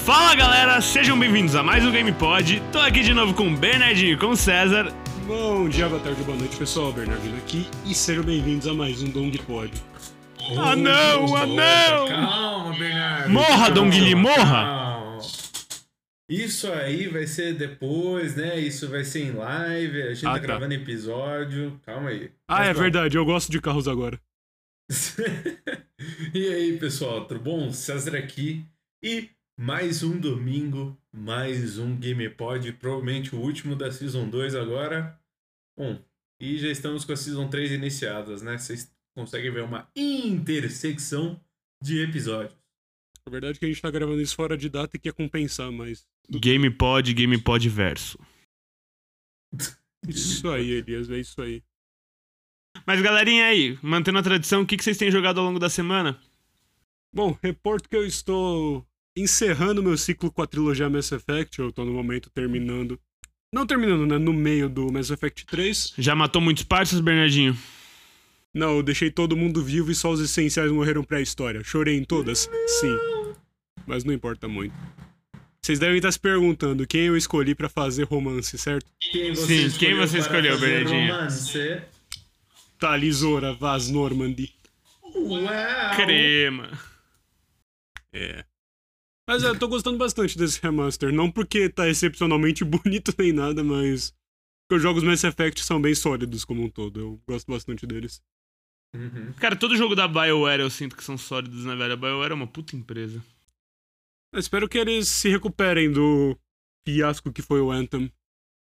Fala galera, sejam bem-vindos a mais um GamePod. Tô aqui de novo com o Bernardinho e com o César. Bom dia, boa tarde, boa noite pessoal, Bernardinho aqui e sejam bem-vindos a mais um Dongpod. Ah não, Calma, Bernardo. Morra, Dongli, morra! Calma. Isso aí vai ser depois, né? Isso vai ser em live, a gente tá gravando episódio. Calma aí. É verdade, eu gosto de carros agora. E aí, pessoal, tudo bom? César aqui e mais um domingo, mais um GamePod, provavelmente o último da Season 2 agora. Bom, e já estamos com a Season 3 iniciadas, né? Vocês conseguem ver uma intersecção de episódios. A verdade é que a gente tá gravando isso fora de data e quer compensar, mas... GamePod verso. Isso aí, Elias, é isso aí. Mas galerinha aí, mantendo a tradição, o que vocês têm jogado ao longo da semana? Bom, reporto que eu estou encerrando meu ciclo com a trilogia Mass Effect, eu tô no momento terminando... Não terminando, né? No meio do Mass Effect 3. Já matou muitos parças, Bernardinho? Não, eu deixei todo mundo vivo e só os essenciais morreram pra história. Chorei em todas? Sim. Mas não importa muito. Vocês devem estar se perguntando quem eu escolhi pra fazer romance, certo? Quem você escolheu, Bernardinho? Romance? Talisora Vaz Normandy. Uau! Crema. É. Mas eu tô gostando bastante desse remaster. Não porque tá excepcionalmente bonito nem nada, mas... Porque os jogos Mass Effect são bem sólidos como um todo. Eu gosto bastante deles. Uhum. Cara, todo jogo da BioWare eu sinto que são sólidos, né, velho? A BioWare é uma puta empresa. Eu espero que eles se recuperem do fiasco que foi o Anthem.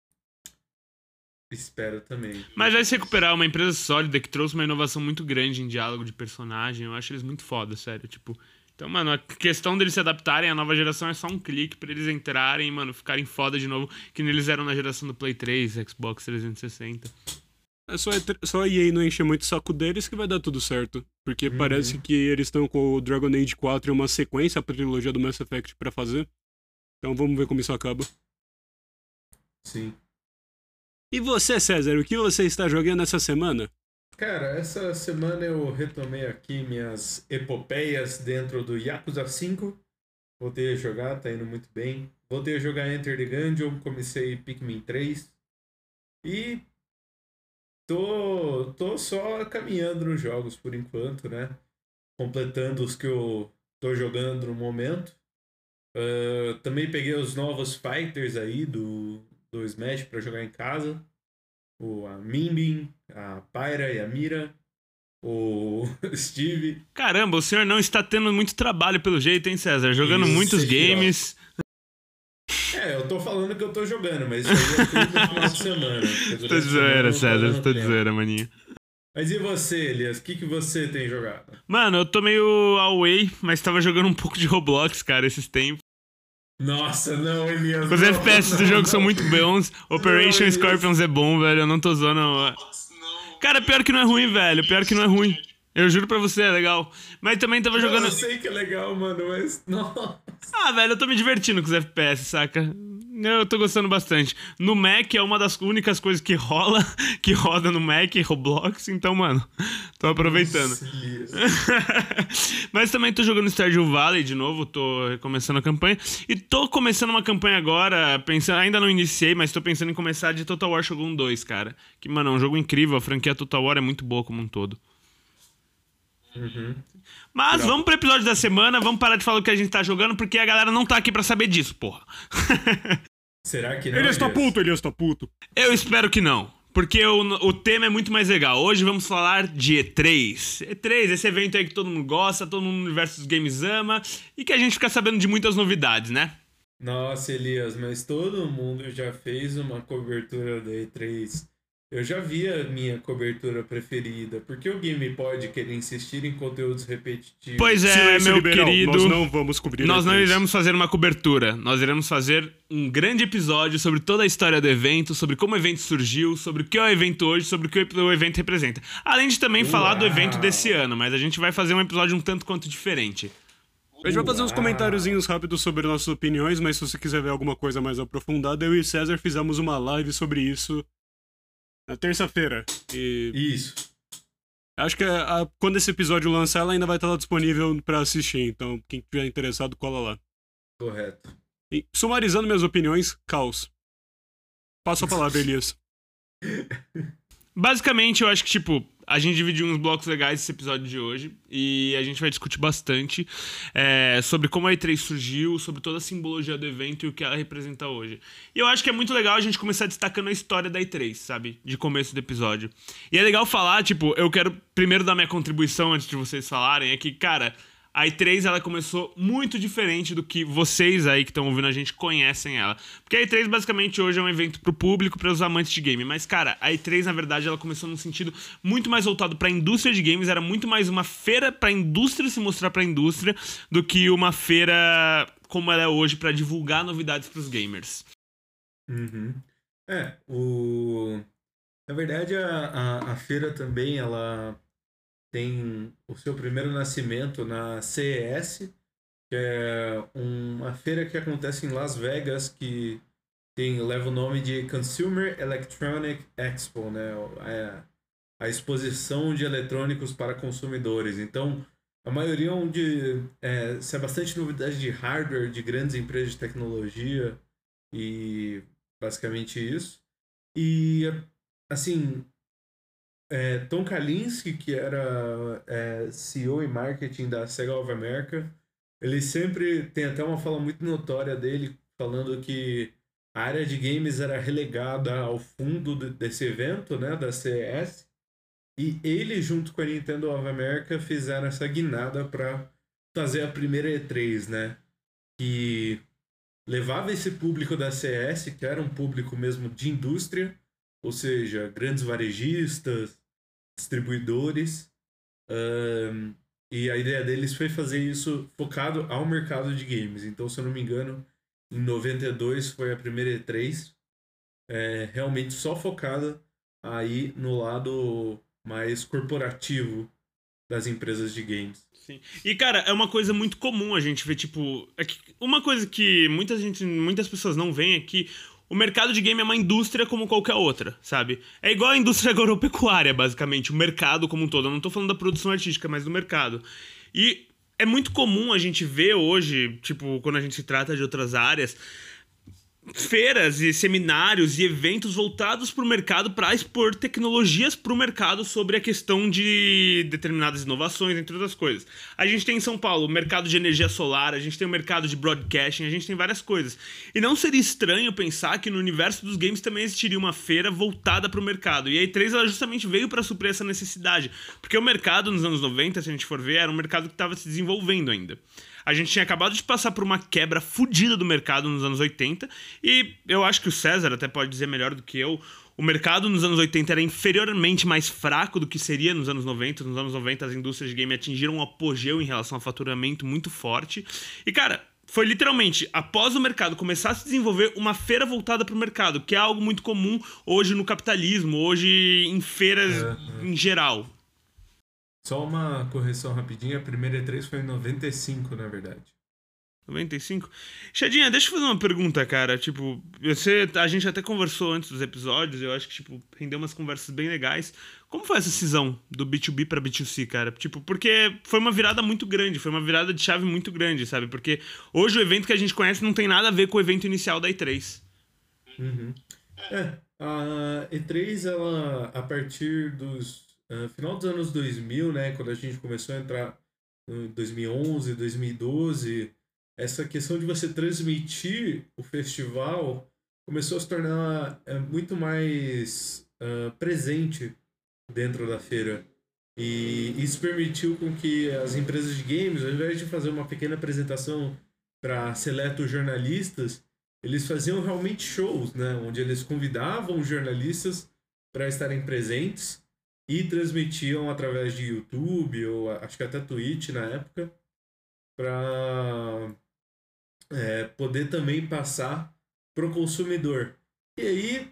Espero também. Mas vai se recuperar, uma empresa sólida que trouxe uma inovação muito grande em diálogo de personagem. Eu acho eles muito foda, sério, tipo... Então, mano, a questão deles se adaptarem à nova geração é só um clique pra eles entrarem, mano, ficarem foda de novo, que nem eles eram na geração do Play 3, Xbox 360. É só a EA não encher muito o saco deles que vai dar tudo certo. Porque parece que eles estão com o Dragon Age 4 e uma sequência pra trilogia do Mass Effect pra fazer. Então vamos ver como isso acaba. Sim. E você, César, o que você está jogando essa semana? Cara, essa semana eu retomei aqui minhas epopeias dentro do Yakuza 5. Voltei a jogar, tá indo muito bem. Voltei a jogar Enter the Gungeon, comecei Pikmin 3. E tô só caminhando nos jogos por enquanto, né? Completando os que eu tô jogando no momento. Também peguei os novos fighters aí do Smash pra jogar em casa. A Minbin, a Pyra e a Mira, o Steve. Caramba, o senhor não está tendo muito trabalho pelo jeito, hein, César? Jogando Isso, muitos games. Eu tô falando que eu tô jogando, mas isso aí é tudo no final de semana. Tô de zoeira, César, tô de zoeira, maninho. Mas e você, Elias? O que você tem jogado? Mano, eu tô meio away, mas tava jogando um pouco de Roblox, cara, esses tempos. Nossa, não, Elias. Os FPS do jogo são muito bons. Operation Não, Scorpions é bom, velho. Eu não tô zoando. Cara, pior que não é ruim, velho. Pior que não é ruim. Eu juro pra você, é legal. Mas também tava jogando... Eu sei que é legal, mano, mas... Nossa. Ah, velho, eu tô me divertindo com os FPS, saca? Eu tô gostando bastante. No Mac é uma das únicas coisas que roda no Mac, Roblox. Então, mano, tô aproveitando. Mas também tô jogando Stardew Valley de novo, tô começando a campanha. E tô começando uma campanha agora, pensando, ainda não iniciei, mas tô pensando em começar de Total War Shogun 2, cara. Que, mano, é um jogo incrível, a franquia Total War é muito boa como um todo. Mas vamos pro episódio da semana, vamos parar de falar o que a gente tá jogando, porque a galera não tá aqui pra saber disso, porra. Será que não, Elias tá puto. Eu espero que não, porque o tema é muito mais legal. Hoje vamos falar de E3. E3, esse evento aí que todo mundo gosta, todo mundo no universo dos games ama, e que a gente fica sabendo de muitas novidades, né? Nossa, Elias, mas todo mundo já fez uma cobertura da E3. Eu já vi a minha cobertura preferida. Por que o GamePod quer insistir em conteúdos repetitivos? Pois é, Silêncio meu liberal. querido. Nós não vamos cobrir. Nós não E3. iremos fazer uma cobertura. Nós iremos fazer um grande episódio sobre toda a história do evento, sobre como o evento surgiu, sobre o que é o evento hoje, sobre o que o evento representa. Além de também falar do evento desse ano, mas a gente vai fazer um episódio um tanto quanto diferente. A gente vai fazer uns comentáriozinhos rápidos sobre nossas opiniões, mas se você quiser ver alguma coisa mais aprofundada, eu e César fizemos uma live sobre isso na terça-feira. E Isso. acho que quando esse episódio lançar, ela ainda vai estar lá disponível pra assistir. Então, quem tiver interessado, cola lá. Correto. E, sumarizando minhas opiniões, caos. Passo a palavra, Elias. Basicamente, eu acho que, tipo, a gente dividiu uns blocos legais esse episódio de hoje e a gente vai discutir bastante sobre como a E3 surgiu, sobre toda a simbologia do evento e o que ela representa hoje. E eu acho que é muito legal a gente começar destacando a história da E3, sabe? De começo do episódio. E é legal falar, tipo, eu quero primeiro dar minha contribuição antes de vocês falarem, é que, cara, a E3 ela começou muito diferente do que vocês aí que estão ouvindo a gente conhecem ela. Porque a E3 basicamente hoje é um evento pro público, para os amantes de game. Mas, cara, a E3 na verdade ela começou num sentido muito mais voltado pra indústria de games. Era muito mais uma feira pra indústria se mostrar pra indústria do que uma feira como ela é hoje pra divulgar novidades pros gamers. Uhum. Na verdade a feira também, ela tem o seu primeiro nascimento na CES, que é uma feira que acontece em Las Vegas, que leva o nome de Consumer Electronic Expo, né? A exposição de eletrônicos para consumidores. Então, a maioria se é bastante novidade de hardware de grandes empresas de tecnologia e basicamente isso. E, assim, Tom Kalinske, que era CEO e marketing da Sega of America, ele sempre tem até uma fala muito notória dele, falando que a área de games era relegada ao fundo desse evento, né, da CES, e ele, junto com a Nintendo of America, fizeram essa guinada para fazer a primeira E3, né, que levava esse público da CES, que era um público mesmo de indústria, ou seja, grandes varejistas, distribuidores, e a ideia deles foi fazer isso focado ao mercado de games. Então, se eu não me engano, em 92 foi a primeira E3, realmente só focada aí no lado mais corporativo das empresas de games. Sim. E, cara, é uma coisa muito comum a gente ver, tipo... uma coisa que muitas pessoas não veem é que o mercado de game é uma indústria como qualquer outra, sabe? É igual a indústria agropecuária, basicamente. O mercado como um todo. Eu não tô falando da produção artística, mas do mercado. E é muito comum a gente ver hoje, tipo, quando a gente se trata de outras áreas, feiras e seminários e eventos voltados para o mercado para expor tecnologias para o mercado sobre a questão de determinadas inovações, entre outras coisas. A gente tem em São Paulo o mercado de energia solar, a gente tem o mercado de broadcasting, a gente tem várias coisas. E não seria estranho pensar que no universo dos games também existiria uma feira voltada para o mercado. E a E3 ela justamente veio para suprir essa necessidade. Porque o mercado nos anos 90, se a gente for ver, era um mercado que estava se desenvolvendo ainda. A gente tinha acabado de passar por uma quebra fodida do mercado nos anos 80 e eu acho que o César até pode dizer melhor do que eu. O mercado nos anos 80 era inferiormente mais fraco do que seria nos anos 90. Nos anos 90 as indústrias de game atingiram um apogeu em relação a faturamento muito forte. E, cara, foi literalmente, após o mercado começar a se desenvolver, uma feira voltada para o mercado, que é algo muito comum hoje no capitalismo, hoje em feiras em geral. Só uma correção rapidinha, a primeira E3 foi em 95, na verdade. 95? Xadinha, deixa eu fazer uma pergunta, cara. Tipo, a gente até conversou antes dos episódios, eu acho que, tipo, rendeu umas conversas bem legais. Como foi essa cisão do B2B pra B2C, cara? Tipo, porque foi uma virada muito grande, foi uma virada de chave muito grande, sabe? Porque hoje o evento que a gente conhece não tem nada a ver com o evento inicial da E3. Uhum. A E3, ela, a partir final dos anos 2000, né, quando a gente começou a entrar em 2011, 2012, essa questão de você transmitir o festival começou a se tornar muito mais presente dentro da feira. E isso permitiu com que as empresas de games, ao invés de fazer uma pequena apresentação para seletos jornalistas, eles faziam realmente shows, né, onde eles convidavam jornalistas para estarem presentes e transmitiam através de YouTube, ou acho que até Twitch na época, para poder também passar para o consumidor. E aí,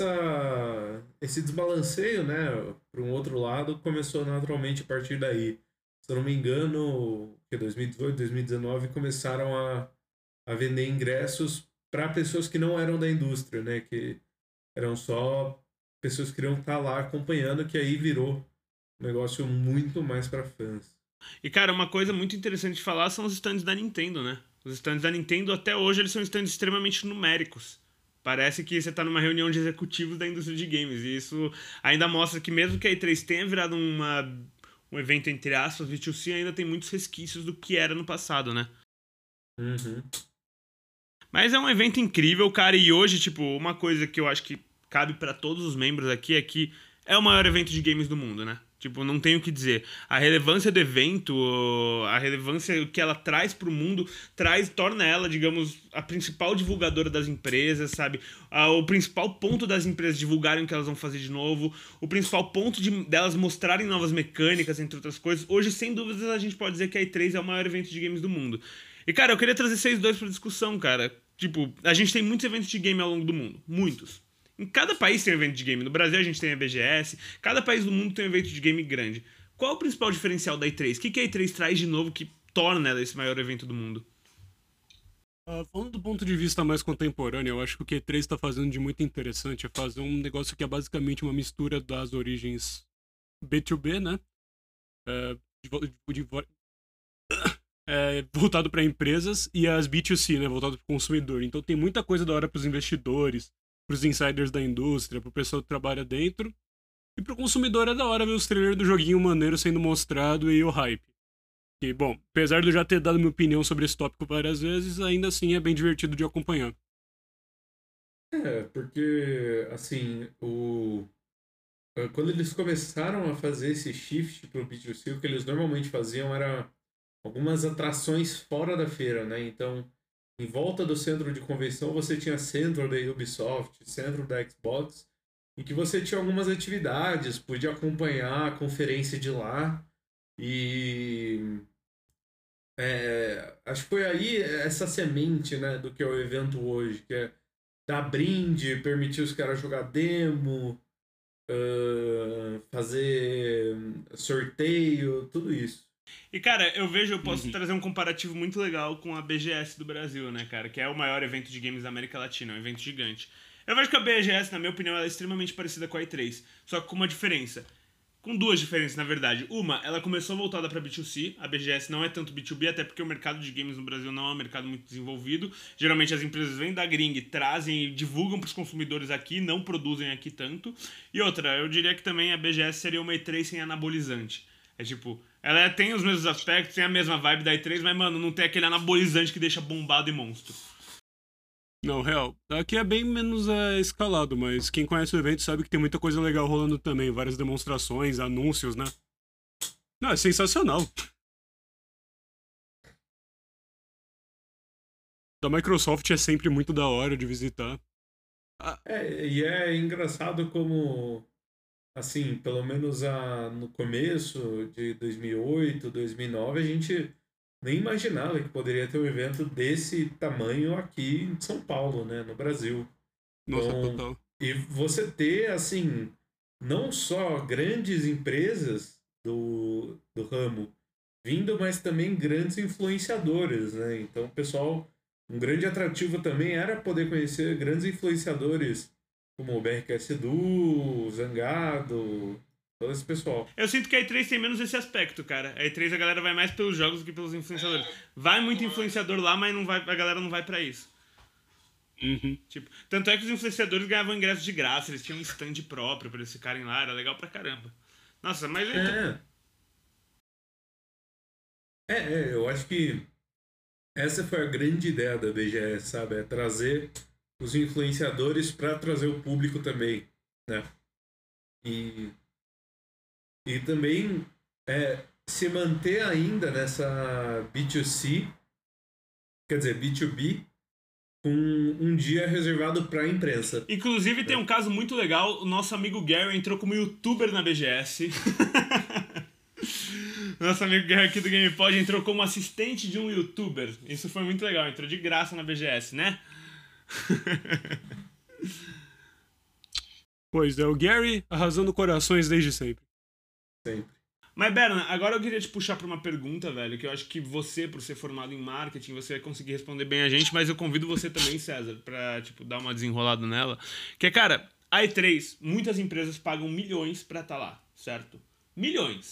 esse desbalanceio, né, para um outro lado, começou naturalmente a partir daí. Se eu não me engano, que 2018, 2019, começaram a vender ingressos para pessoas que não eram da indústria, né, que eram só pessoas que queriam estar lá acompanhando, que aí virou um negócio muito mais para fãs. E, cara, uma coisa muito interessante de falar são os stands da Nintendo, né? Os stands da Nintendo, até hoje, eles são stands extremamente numéricos. Parece que você tá numa reunião de executivos da indústria de games. E isso ainda mostra que mesmo que a E3 tenha virado um evento, entre aspas, B2C ainda tem muitos resquícios do que era no passado, né? Uhum. Mas é um evento incrível, cara. E hoje, tipo, uma coisa que eu acho que cabe pra todos os membros aqui é que é o maior evento de games do mundo, né? Tipo, não tenho o que dizer. A relevância do evento, a relevância que ela traz pro mundo, torna ela, digamos, a principal divulgadora das empresas, sabe? O principal ponto das empresas divulgarem o que elas vão fazer de novo, o principal ponto delas mostrarem novas mecânicas, entre outras coisas. Hoje, sem dúvidas, a gente pode dizer que a E3 é o maior evento de games do mundo. E, cara, eu queria trazer vocês dois pra discussão, cara. Tipo, a gente tem muitos eventos de game ao longo do mundo. Muitos. Em cada país tem um evento de game. No Brasil a gente tem a BGS. Cada país do mundo tem um evento de game grande. Qual é o principal diferencial da E3? O que a E3 traz de novo que torna ela esse maior evento do mundo? Falando do ponto de vista mais contemporâneo, eu acho que o que a E3 está fazendo de muito interessante é fazer um negócio que é basicamente uma mistura das origens B2B, né? Voltado para empresas, e as B2C, né? Voltado para o consumidor. Então tem muita coisa da hora para os investidores, para os insiders da indústria, para o pessoal que trabalha dentro. E para o consumidor é da hora ver os trailers do joguinho maneiro sendo mostrado e o hype. E, bom, apesar de eu já ter dado minha opinião sobre esse tópico várias vezes, ainda assim é bem divertido de acompanhar. Porque, assim, quando eles começaram a fazer esse shift pro B2C, o que eles normalmente faziam era algumas atrações fora da feira, né? Então, em volta do centro de convenção, você tinha centro da Ubisoft, centro da Xbox, em que você tinha algumas atividades, podia acompanhar a conferência de lá. E acho que foi aí essa semente, né, do que é o evento hoje, que é dar brinde, permitir os caras jogar demo, fazer sorteio, tudo isso. E, cara, eu posso trazer um comparativo muito legal com a BGS do Brasil, né, cara? Que é o maior evento de games da América Latina, é um evento gigante. Eu vejo que a BGS, na minha opinião, ela é extremamente parecida com a E3, só que com uma diferença. Com duas diferenças, na verdade. Uma, ela começou voltada pra B2C, a BGS não é tanto B2B, até porque o mercado de games no Brasil não é um mercado muito desenvolvido. Geralmente as empresas vêm da gringa e trazem e divulgam pros consumidores aqui, não produzem aqui tanto. E outra, eu diria que também a BGS seria uma E3 sem anabolizante. É tipo, ela tem os mesmos aspectos, tem a mesma vibe da E3, mas, mano, não tem aquele anabolizante que deixa bombado e monstro. Não, real. Aqui é bem menos escalado, mas quem conhece o evento sabe que tem muita coisa legal rolando também. Várias demonstrações, anúncios, né? Não, é sensacional. Da Microsoft é sempre muito da hora de visitar. E é engraçado como, assim, pelo menos no começo de 2008, 2009, a gente nem imaginava que poderia ter um evento desse tamanho aqui em São Paulo, né, no Brasil. Nossa, Então, total. e você ter, assim, não só grandes empresas do ramo vindo, mas também grandes influenciadores, né? Então, pessoal, um grande atrativo também era poder conhecer grandes influenciadores como o BRKS Edu, Zangado, todo esse pessoal. Eu sinto que a E3 tem menos esse aspecto, cara. A E3 a galera vai mais pelos jogos do que pelos influenciadores. Vai muito influenciador lá, mas não vai, a galera não vai pra isso. Uhum. Tipo, tanto é que os influenciadores ganhavam ingressos de graça, eles tinham um stand próprio pra eles ficarem lá, era legal pra caramba. Nossa, mas... Eu acho que essa foi a grande ideia da BGS, sabe? É trazer os influenciadores para trazer o público também, né? E também se manter ainda nessa B2C, quer dizer, B2B, com um dia reservado para a imprensa. Inclusive tem um caso muito legal, o nosso amigo Gary entrou como youtuber na BGS. Nosso amigo Gary aqui do GamePod entrou como assistente de um youtuber. Isso foi muito legal, entrou de graça na BGS, né? Pois é, o Gary arrasando corações desde sempre. Sempre. Mas, Berna, agora eu queria te puxar pra uma pergunta, velho, que eu acho que você, por ser formado em marketing, você vai conseguir responder bem a gente, mas eu convido você também, César, pra, tipo, dar uma desenrolada nela. Que é, cara, a E3, muitas empresas pagam milhões pra estar lá, certo? Milhões.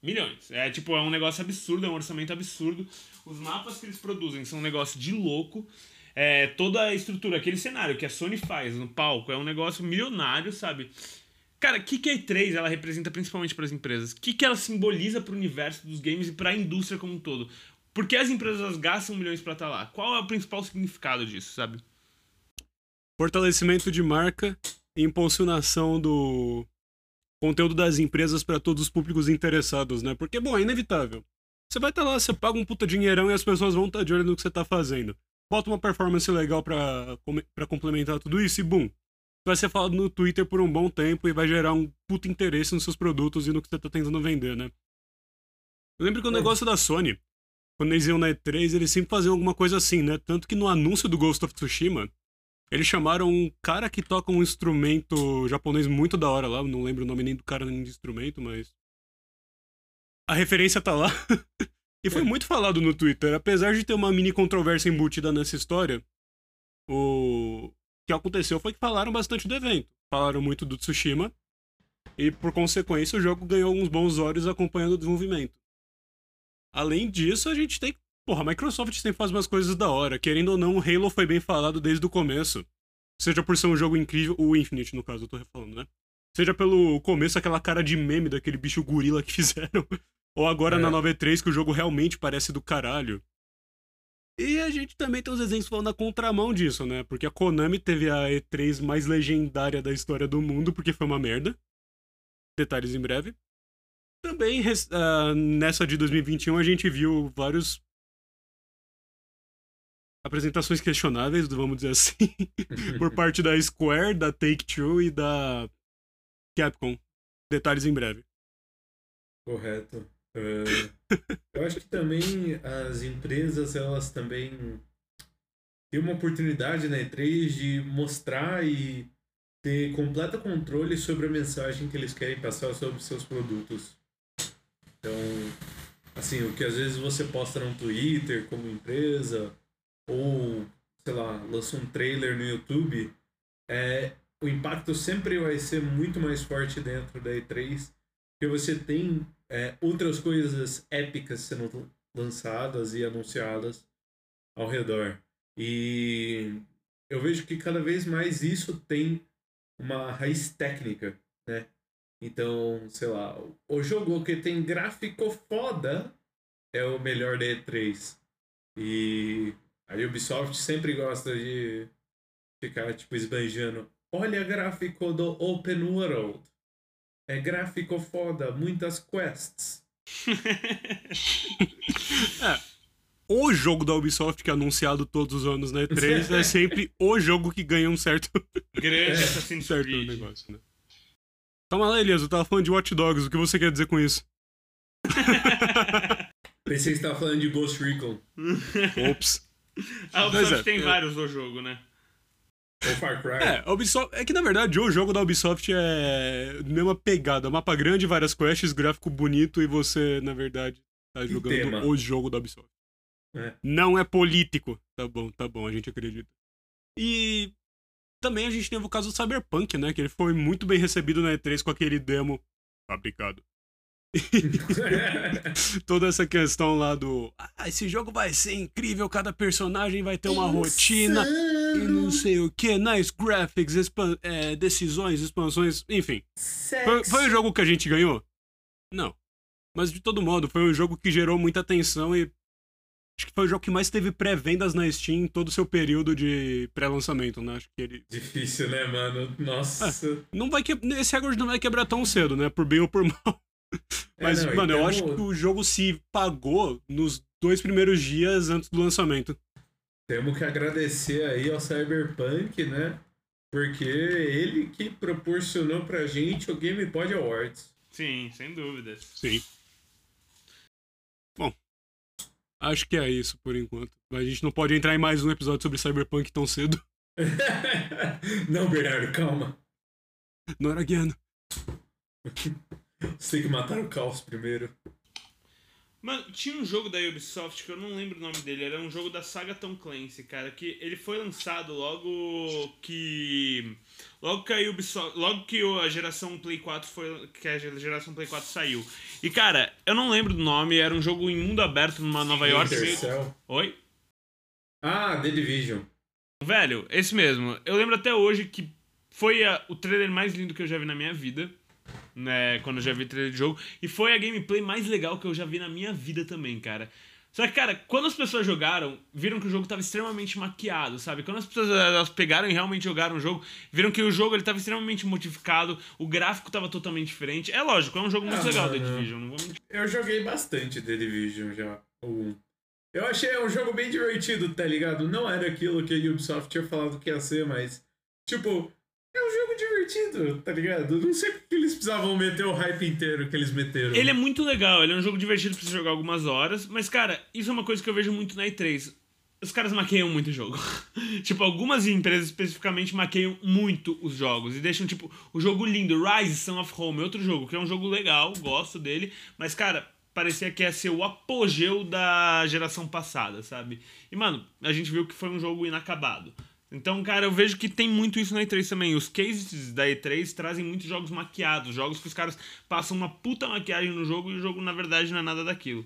Milhões. É um negócio absurdo, é um orçamento absurdo. Os mapas que eles produzem são um negócio de louco. Toda a estrutura, aquele cenário que a Sony faz no palco, é um negócio milionário, sabe? Cara, o que a E3 ela representa principalmente para as empresas? O que ela simboliza para o universo dos games e para a indústria como um todo? Por que as empresas gastam milhões para estar lá? Qual é o principal significado disso, sabe? Fortalecimento de marca e impulsionação do conteúdo das empresas para todos os públicos interessados, né? Porque, bom, é inevitável. Você vai estar lá, você paga um puta dinheirão e as pessoas vão estar de olho no que você tá fazendo. Bota uma performance legal pra complementar tudo isso e, boom, vai ser falado no Twitter por um bom tempo e vai gerar um puta interesse nos seus produtos e no que você tá tentando vender, né? Eu lembro que o negócio da Sony, quando eles iam na E3, eles sempre faziam alguma coisa assim, né? Tanto que no anúncio do Ghost of Tsushima, eles chamaram um cara que toca um instrumento japonês muito da hora lá, não lembro o nome nem do cara nem do instrumento, mas a referência tá lá. E foi muito falado no Twitter. Apesar de ter uma mini controvérsia embutida nessa história, o que aconteceu foi que falaram bastante do evento. Falaram muito do Tsushima. E, por consequência, o jogo ganhou alguns bons olhos acompanhando o desenvolvimento. Além disso, a gente tem... Porra, a Microsoft sempre faz umas coisas da hora. Querendo ou não, o Halo foi bem falado desde o começo. Seja por ser um jogo incrível... O Infinite, no caso, eu tô falando, né? Seja pelo começo, aquela cara de meme daquele bicho gorila que fizeram... Ou agora na nova E3, que o jogo realmente parece do caralho. E a gente também tem uns exemplos falando na contramão disso, né? Porque a Konami teve a E3 mais legendária da história do mundo, porque foi uma merda. Detalhes em breve. Também, nessa de 2021, a gente viu vários apresentações questionáveis, vamos dizer assim, por parte da Square, da Take-Two e da Capcom. Detalhes em breve. Correto. Eu acho que também as empresas, elas também têm uma oportunidade na E3 de mostrar e ter completo controle sobre a mensagem que eles querem passar sobre seus produtos. Então, assim, o que às vezes você posta no Twitter como empresa, ou, sei lá, lança um trailer no YouTube, o impacto sempre vai ser muito mais forte dentro da E3, porque você tem outras coisas épicas sendo lançadas e anunciadas ao redor. E eu vejo que cada vez mais isso tem uma raiz técnica, né? Então, sei lá, o jogo que tem gráfico foda é o melhor da E3. E a Ubisoft sempre gosta de ficar, tipo, esbanjando. Olha gráfico do Open World. É gráfico foda, muitas quests. O jogo da Ubisoft que é anunciado todos os anos na E3 é sempre o jogo que ganha um certo... Grande Assassin's certo Creed. negócio, né? Calma lá, Elias, eu tava falando de Watch Dogs, o que você quer dizer com isso? Pensei que você tava falando de Ghost Recon. Ops. A Ubisoft tem vários no jogo, né? Ou Far Cry. A Ubisoft... É que, na verdade, o jogo da Ubisoft é a mesma pegada. Mapa grande, várias quests, gráfico bonito e você, na verdade, tá jogando tema. o jogo da Ubisoft. Não é político. Tá bom, a gente acredita. E também a gente teve o caso do Cyberpunk, né? Que ele foi muito bem recebido na E3 com aquele demo fabricado. Toda essa questão lá do... esse jogo vai ser incrível, cada personagem vai ter uma rotina e não sei o que, nice graphics, decisões, expansões, enfim. Foi o jogo que a gente ganhou? Não. Mas de todo modo, foi um jogo que gerou muita atenção e acho que foi o jogo que mais teve pré-vendas na Steam em todo o seu período de pré-lançamento, né? Acho que ele... Difícil, né, mano? Nossa. Não vai esse recorde não vai quebrar tão cedo, né? Por bem ou por mal. Mas, não, mano, então... eu acho que o jogo se pagou nos 2 primeiros dias antes do lançamento. Temos que agradecer aí ao Cyberpunk, né? Porque ele que proporcionou pra gente o Game Pod Awards. Sim, sem dúvidas. Sim. Bom, acho que é isso por enquanto. A gente não pode entrar em mais um episódio sobre Cyberpunk tão cedo. Não, Bernardo, calma. Not again. Você tem que matar o caos primeiro. Mano, tinha um jogo da Ubisoft que eu não lembro o nome dele, era um jogo da saga Tom Clancy, cara, que ele foi lançado logo que a Ubisoft, logo que a geração Play 4 saiu. E cara, eu não lembro do nome, era um jogo em mundo aberto numa Nova York. Oi? Ah, The Division. Velho, esse mesmo. Eu lembro até hoje que foi o trailer mais lindo que eu já vi na minha vida. Né, quando eu já vi trailer de jogo. E foi a gameplay mais legal que eu já vi na minha vida também, cara. Só que, cara, quando as pessoas jogaram, viram que o jogo tava extremamente maquiado, sabe? Quando as pessoas elas pegaram e realmente jogaram o jogo, viram que o jogo ele tava extremamente modificado, o gráfico tava totalmente diferente. É lógico, é um jogo muito legal, The Division, não vou mentir. Eu joguei bastante The Division já. Eu achei um jogo bem divertido, tá ligado? Não era aquilo que a Ubisoft tinha falado que ia ser, mas, tipo, é um jogo divertido, tá ligado? Não sei porque eles precisavam meter o hype inteiro que eles meteram. Ele é muito legal, ele é um jogo divertido pra você jogar algumas horas, mas, cara, isso é uma coisa que eu vejo muito na E3. Os caras maqueiam muito o jogo. Tipo, algumas empresas especificamente maqueiam muito os jogos e deixam, tipo, o jogo lindo. Rise, Son of Rome, outro jogo, que é um jogo legal, gosto dele, mas, cara, parecia que ia ser o apogeu da geração passada, sabe? E, mano, a gente viu que foi um jogo inacabado. Então, cara, eu vejo que tem muito isso na E3 também. Os cases da E3 trazem muitos jogos maquiados, jogos que os caras passam uma puta maquiagem no jogo e o jogo, na verdade, não é nada daquilo.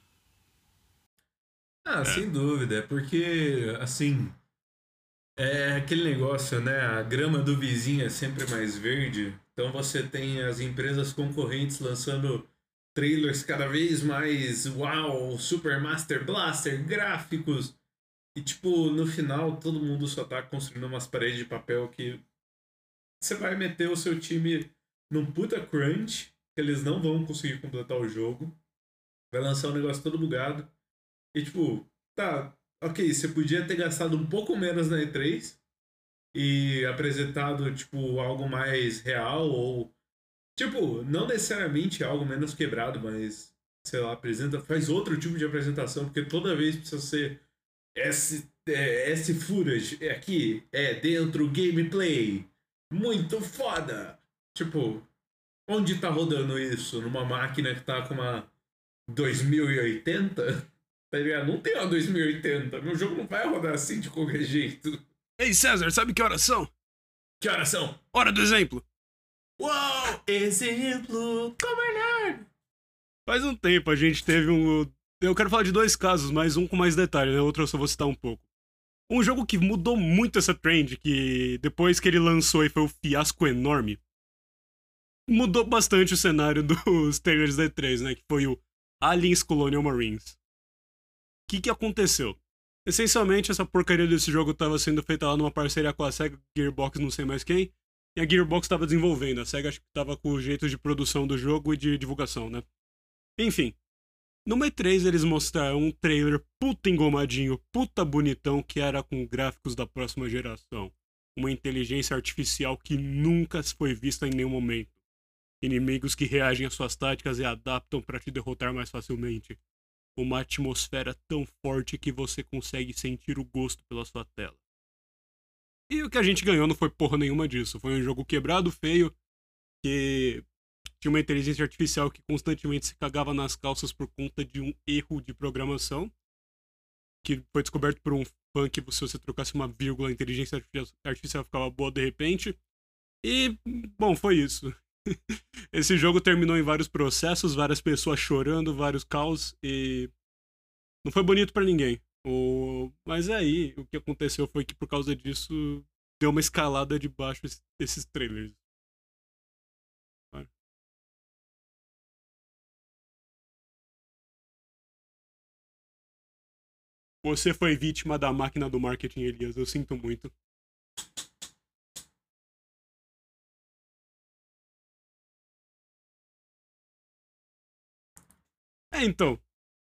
Sem dúvida, porque, assim, é aquele negócio, né? A grama do vizinho é sempre mais verde. Então você tem as empresas concorrentes lançando trailers cada vez mais, uau, Super Master Blaster, gráficos. E, tipo, no final, todo mundo só tá construindo umas paredes de papel que você vai meter o seu time num puta crunch, que eles não vão conseguir completar o jogo. Vai lançar um negócio todo bugado. E, tipo, tá, ok, você podia ter gastado um pouco menos na E3 e apresentado, tipo, algo mais real ou, tipo, não necessariamente algo menos quebrado, mas, sei lá, faz outro tipo de apresentação, porque toda vez precisa ser esse footage aqui é dentro gameplay. Muito foda. Tipo, onde tá rodando isso? Numa máquina que tá com uma 2080? Tá ligado? Não tem uma 2080. Meu jogo não vai rodar assim de qualquer jeito. Ei, César, sabe que horas são? Que horas são? Hora do exemplo. Uau! Exemplo! Comandante! Faz um tempo a gente teve um... Eu quero falar de dois casos, mas um com mais detalhe, né? Outro eu só vou citar um pouco. Um jogo que mudou muito essa trend, que depois que ele lançou e foi um fiasco enorme, mudou bastante o cenário dos trailers da E3, né? Que foi o Aliens Colonial Marines. O que aconteceu? Essencialmente, essa porcaria desse jogo estava sendo feita lá numa parceria com a SEGA, Gearbox, não sei mais quem, e a Gearbox estava desenvolvendo. A SEGA acho que estava com o jeito de produção do jogo e de divulgação, né? Enfim. No E3 eles mostraram um trailer puta engomadinho, puta bonitão, que era com gráficos da próxima geração. Uma inteligência artificial que nunca foi vista em nenhum momento. Inimigos que reagem às suas táticas e adaptam para te derrotar mais facilmente. Uma atmosfera tão forte que você consegue sentir o gosto pela sua tela. E o que a gente ganhou não foi porra nenhuma disso. Foi um jogo quebrado, feio, que tinha uma inteligência artificial que constantemente se cagava nas calças por conta de um erro de programação, que foi descoberto por um fã que se você trocasse uma vírgula, a inteligência artificial ficava boa de repente. E, bom, foi isso. Esse jogo terminou em vários processos, várias pessoas chorando, vários caos, e não foi bonito pra ninguém. Mas aí, o que aconteceu foi que por causa disso, deu uma escalada de baixo esses trailers. Você foi vítima da máquina do marketing, Elias. Eu sinto muito. Então.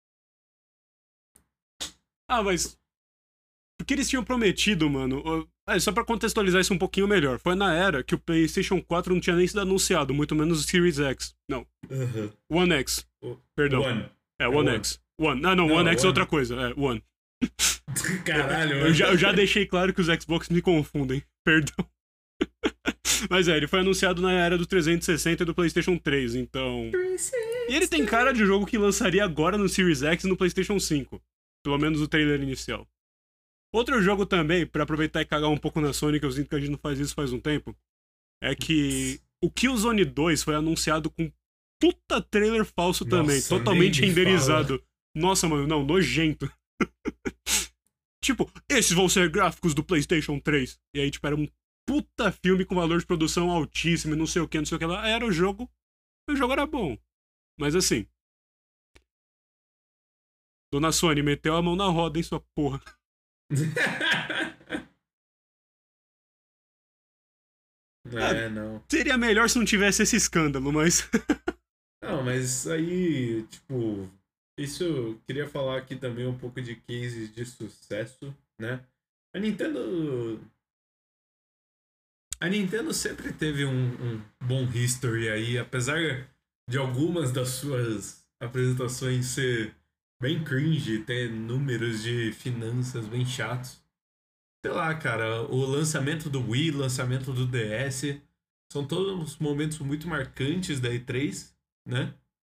Mas... Porque eles tinham prometido, mano... Só pra contextualizar isso um pouquinho melhor. Foi na era que o PlayStation 4 não tinha nem sido anunciado, muito menos o Series X. Não. One X. Perdão. One X. One. Não, One X é outra coisa. One. Caralho, eu já deixei claro que os Xbox me confundem. Perdão. Mas ele foi anunciado na era do 360 e do PlayStation 3, então... E ele tem cara de jogo que lançaria agora no Series X e no PlayStation 5. Pelo menos o trailer inicial. Outro jogo também, pra aproveitar e cagar um pouco na Sony, que eu sinto que a gente não faz isso faz um tempo, é que o Killzone 2 foi anunciado com puta trailer falso também, Nossa, totalmente nem me renderizado. Nossa, mano, não, nojento. Tipo, esses vão ser gráficos do PlayStation 3. E aí, tipo, era um puta filme com valor de produção altíssimo e não sei o que, não sei o que lá. Era o jogo era bom. Mas assim... Dona Sony meteu a mão na roda, hein, sua porra. Não. Seria melhor se não tivesse esse escândalo, mas... Não, mas aí, tipo, isso eu queria falar aqui também um pouco de cases de sucesso, né? A Nintendo sempre teve um bom history aí, apesar de algumas das suas apresentações ser bem cringe, ter números de finanças bem chatos. Sei lá, cara, o lançamento do Wii, lançamento do DS, são todos momentos muito marcantes da E3, né?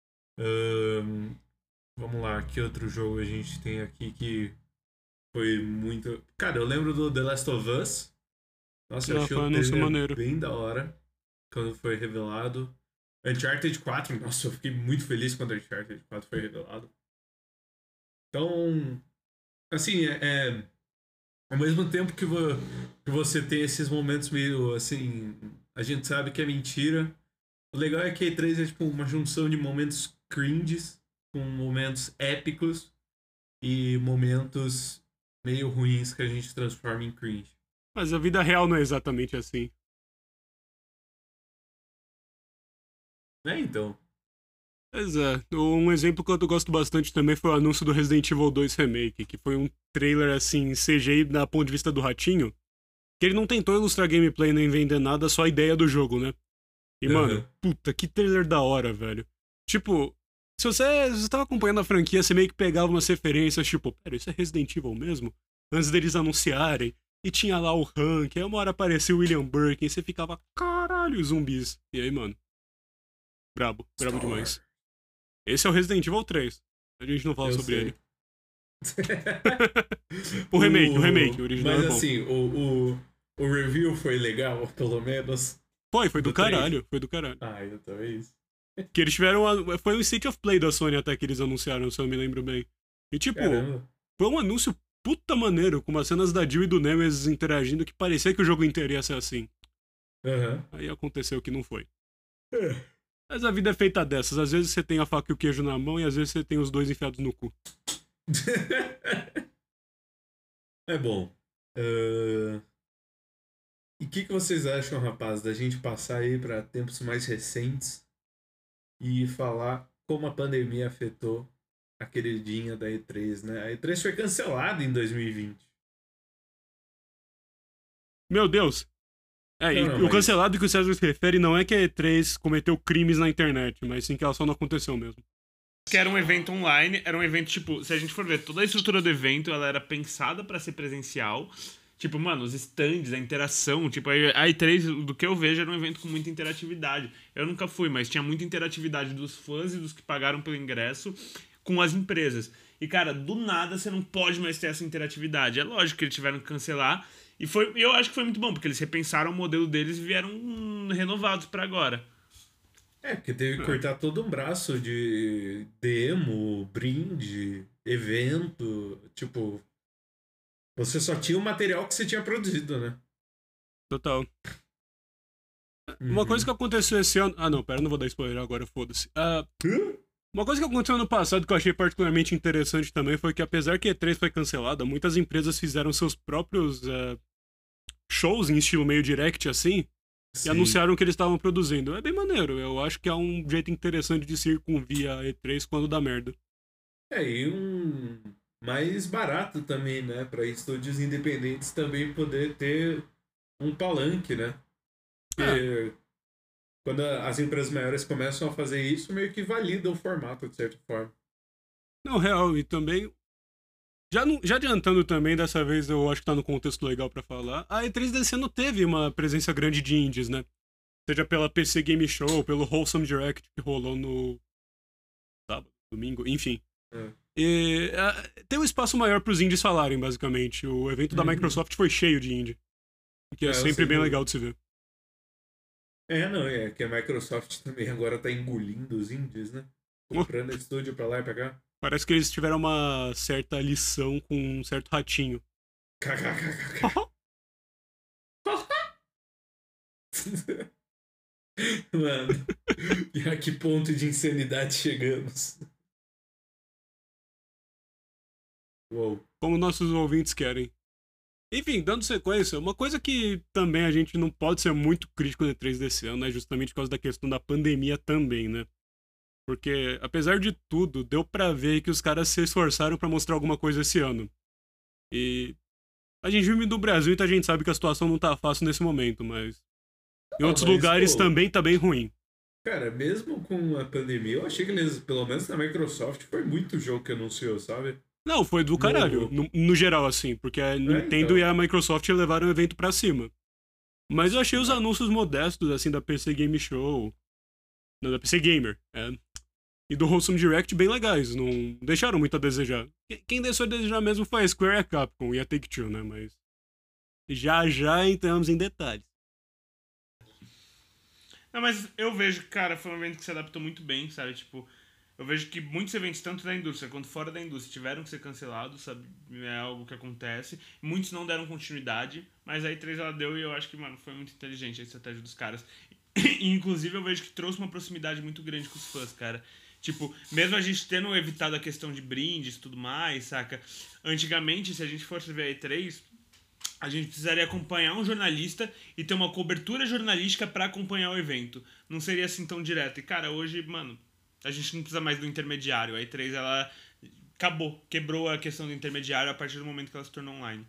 Vamos lá, que outro jogo a gente tem aqui que foi muito... Cara, eu lembro do The Last of Us. Nossa, eu achei o trailer bem da hora quando foi revelado. Uncharted 4, nossa, eu fiquei muito feliz quando Uncharted 4 foi revelado. Então, assim, ao mesmo tempo que você tem esses momentos meio, assim, a gente sabe que é mentira. O legal é que a E3 é tipo uma junção de momentos cringes com momentos épicos e momentos meio ruins que a gente transforma em cringe. Mas a vida real não é exatamente assim. Então. Pois é. Um exemplo que eu gosto bastante também foi o anúncio do Resident Evil 2 Remake, que foi um trailer, assim, CGI da ponto de vista do ratinho, que ele não tentou ilustrar gameplay nem vender nada, só a ideia do jogo, né? E, mano, puta, que trailer da hora, velho. Tipo, se você tava acompanhando a franquia, você meio que pegava umas referências, tipo, pera, isso é Resident Evil mesmo? Antes deles anunciarem. E tinha lá o Hank, aí uma hora apareceu o William Birkin, e você ficava, caralho, zumbis. E aí, mano, brabo demais. Esse é o Resident Evil 3. A gente não fala sobre ele. o remake, o original mas é bom. Assim, o review foi legal, pelo menos. Foi do caralho, foi do caralho. Ah, eu também isso. Que eles tiveram. Foi um State of Play da Sony até que eles anunciaram, se eu me lembro bem. E tipo, Caramba. Foi um anúncio puta maneiro, com umas cenas da Jill e do Nemesis interagindo que parecia que o jogo inteiro ia ser assim. Aí aconteceu que não foi. Mas a vida é feita dessas. Às vezes você tem a faca e o queijo na mão e às vezes você tem os dois enfiados no cu. É bom. E o que vocês acham, rapaz, da gente passar aí para tempos mais recentes e falar como a pandemia afetou a queridinha da E3, né? A E3 foi cancelada em 2020. Meu Deus! O cancelado que o César se refere não é que a E3 cometeu crimes na internet, mas sim que ela só não aconteceu mesmo. Que era um evento online, era um evento, tipo, se a gente for ver, toda a estrutura do evento, ela era pensada pra ser presencial. Tipo, mano, os stands, a interação, tipo, a E3, do que eu vejo, era um evento com muita interatividade. Eu nunca fui, mas tinha muita interatividade dos fãs e dos que pagaram pelo ingresso com as empresas. E, cara, do nada você não pode mais ter essa interatividade. É lógico que eles tiveram que cancelar. E eu acho que foi muito bom, porque eles repensaram o modelo deles e vieram renovados pra agora. Porque teve que cortar todo um braço de demo, brinde, evento. Tipo, você só tinha o material que você tinha produzido, né? Total. Uma coisa que aconteceu esse ano... Ah, não, pera, não vou dar spoiler agora, foda-se. Uma coisa que aconteceu ano passado que eu achei particularmente interessante também foi que, apesar que a E3 foi cancelada, muitas empresas fizeram seus próprios shows em estilo meio direct, assim, Sim. E anunciaram que eles estavam produzindo. É bem maneiro, eu acho que é um jeito interessante de circunvir a E3 quando dá merda. E mais barato também, né? Para estúdios independentes também poder ter um palanque, né? Porque quando as empresas maiores começam a fazer isso, meio que valida o formato, de certa forma. Não, real, e também... Já adiantando também, dessa vez eu acho que tá no contexto legal pra falar, a E3 desse ano teve uma presença grande de indies, né? Seja pela PC Game Show, pelo Wholesome Direct que rolou no sábado, domingo, enfim. E, tem um espaço maior pros indies falarem, basicamente. O evento da Microsoft foi cheio de indie. O que é sempre bem legal de se ver. Não, é que a Microsoft também agora tá engolindo os indies, né? Comprando estúdio pra lá e pra cá. Parece que eles tiveram uma certa lição com um certo ratinho. Mano, e a que ponto de insanidade chegamos? Uou. Como nossos ouvintes querem. Enfim, dando sequência, uma coisa que também a gente não pode ser muito crítico no E3 desse ano é justamente por causa da questão da pandemia também, né? Porque, apesar de tudo, deu pra ver que os caras se esforçaram pra mostrar alguma coisa esse ano. E a gente vive do Brasil, então a gente sabe que a situação não tá fácil nesse momento, mas em outros lugares também tá bem ruim. Cara, mesmo com a pandemia, eu achei que eles, pelo menos na Microsoft, foi muito jogo que anunciou, sabe? Não, foi do caralho, no geral, assim, porque a Nintendo então. e a Microsoft levaram o evento pra cima. Mas eu achei os anúncios modestos, assim, da PC Game Show, não, da PC Gamer, e do Wholesome Direct bem legais, não deixaram muito a desejar. Quem deixou a desejar mesmo foi a Square e a Capcom e a Take-Two, né, mas já entramos em detalhes. Não, mas eu vejo, cara, foi um evento que se adaptou muito bem, sabe? Tipo, eu vejo que muitos eventos, tanto da indústria quanto fora da indústria, tiveram que ser cancelados, sabe? É algo que acontece. Muitos não deram continuidade, mas a E3 ela deu e eu acho que, mano, foi muito inteligente a estratégia dos caras. E, inclusive, eu vejo que trouxe uma proximidade muito grande com os fãs, cara. Tipo, mesmo a gente tendo evitado a questão de brindes e tudo mais, saca? Antigamente, se a gente fosse ver a E3, a gente precisaria acompanhar um jornalista e ter uma cobertura jornalística pra acompanhar o evento. Não seria assim tão direto. E, cara, hoje, mano, a gente não precisa mais do intermediário. A E3, ela acabou, quebrou a questão do intermediário a partir do momento que ela se tornou online.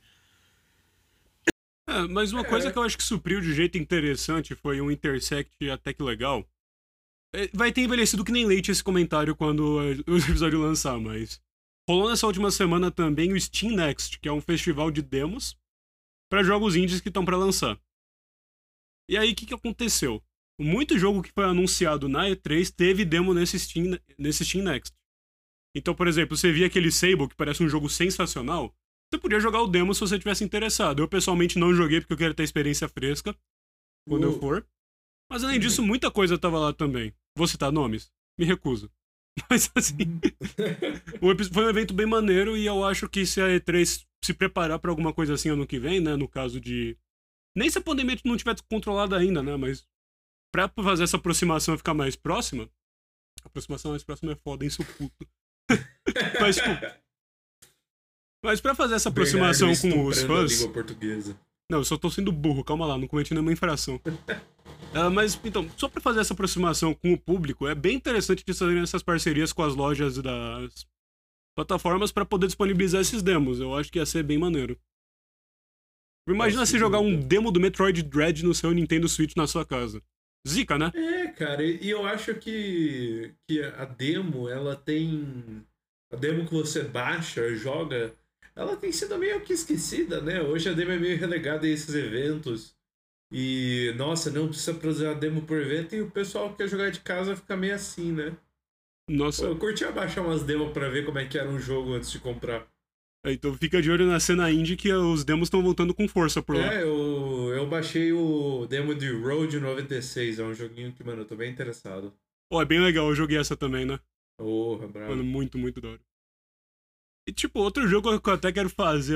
Mas uma coisa que eu acho que supriu de jeito interessante foi um intersect até que legal. Vai ter envelhecido que nem leite esse comentário quando o episódio lançar, mas... Rolou nessa última semana também o Steam Next, que é um festival de demos para jogos indies que estão para lançar. E aí, o que aconteceu? Muito jogo que foi anunciado na E3 teve demo nesse Steam Next. Então, por exemplo, você via aquele Sable, que parece um jogo sensacional, você podia jogar o demo se você tivesse interessado. Eu, pessoalmente, não joguei porque eu quero ter experiência fresca quando eu for. Mas, além disso, muita coisa tava lá também. Vou citar nomes? Me recuso. Mas, assim, foi um evento bem maneiro e eu acho que se a E3 se preparar pra alguma coisa assim ano que vem, né, no caso de... Nem se a pandemia não tiver controlada ainda, né, mas pra fazer essa aproximação ficar mais próxima... A aproximação mais próxima é foda, hein, seu puto. Mas, tipo... Mas pra fazer essa aproximação com os fãs... A língua portuguesa. Não, eu só tô sendo burro, calma lá, não cometi nenhuma infração. Mas, então, só pra fazer essa aproximação com o público, é bem interessante de fazerem essas parcerias com as lojas das plataformas pra poder disponibilizar esses demos. Eu acho que ia ser bem maneiro. Imagina se jogar um demo do Metroid Dread no seu Nintendo Switch na sua casa. Zica, né? Cara, e eu acho que a demo, ela tem... A demo que você baixa, joga, ela tem sido meio que esquecida, né? Hoje a demo é meio relegada a esses eventos. E, nossa, não precisa produzir a demo por evento e o pessoal que quer jogar de casa fica meio assim, né? Nossa. Pô, eu curtia baixar umas demos pra ver como é que era um jogo antes de comprar. Então fica de olho na cena indie que os demos estão voltando com força por lá. Eu baixei o demo de Road 96, é um joguinho que, mano, eu tô bem interessado. É bem legal, eu joguei essa também, né? Porra, bravo. Mano, muito, muito da hora. E, tipo, outro jogo que eu até quero fazer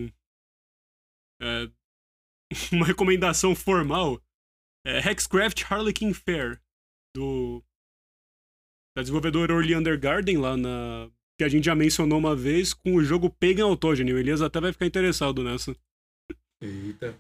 uma recomendação formal é Hexcraft Harlequin Fair, da desenvolvedora Early Undergarden, lá que a gente já mencionou uma vez, com o jogo Pagan Autogeny. O Elias até vai ficar interessado nessa. Eita.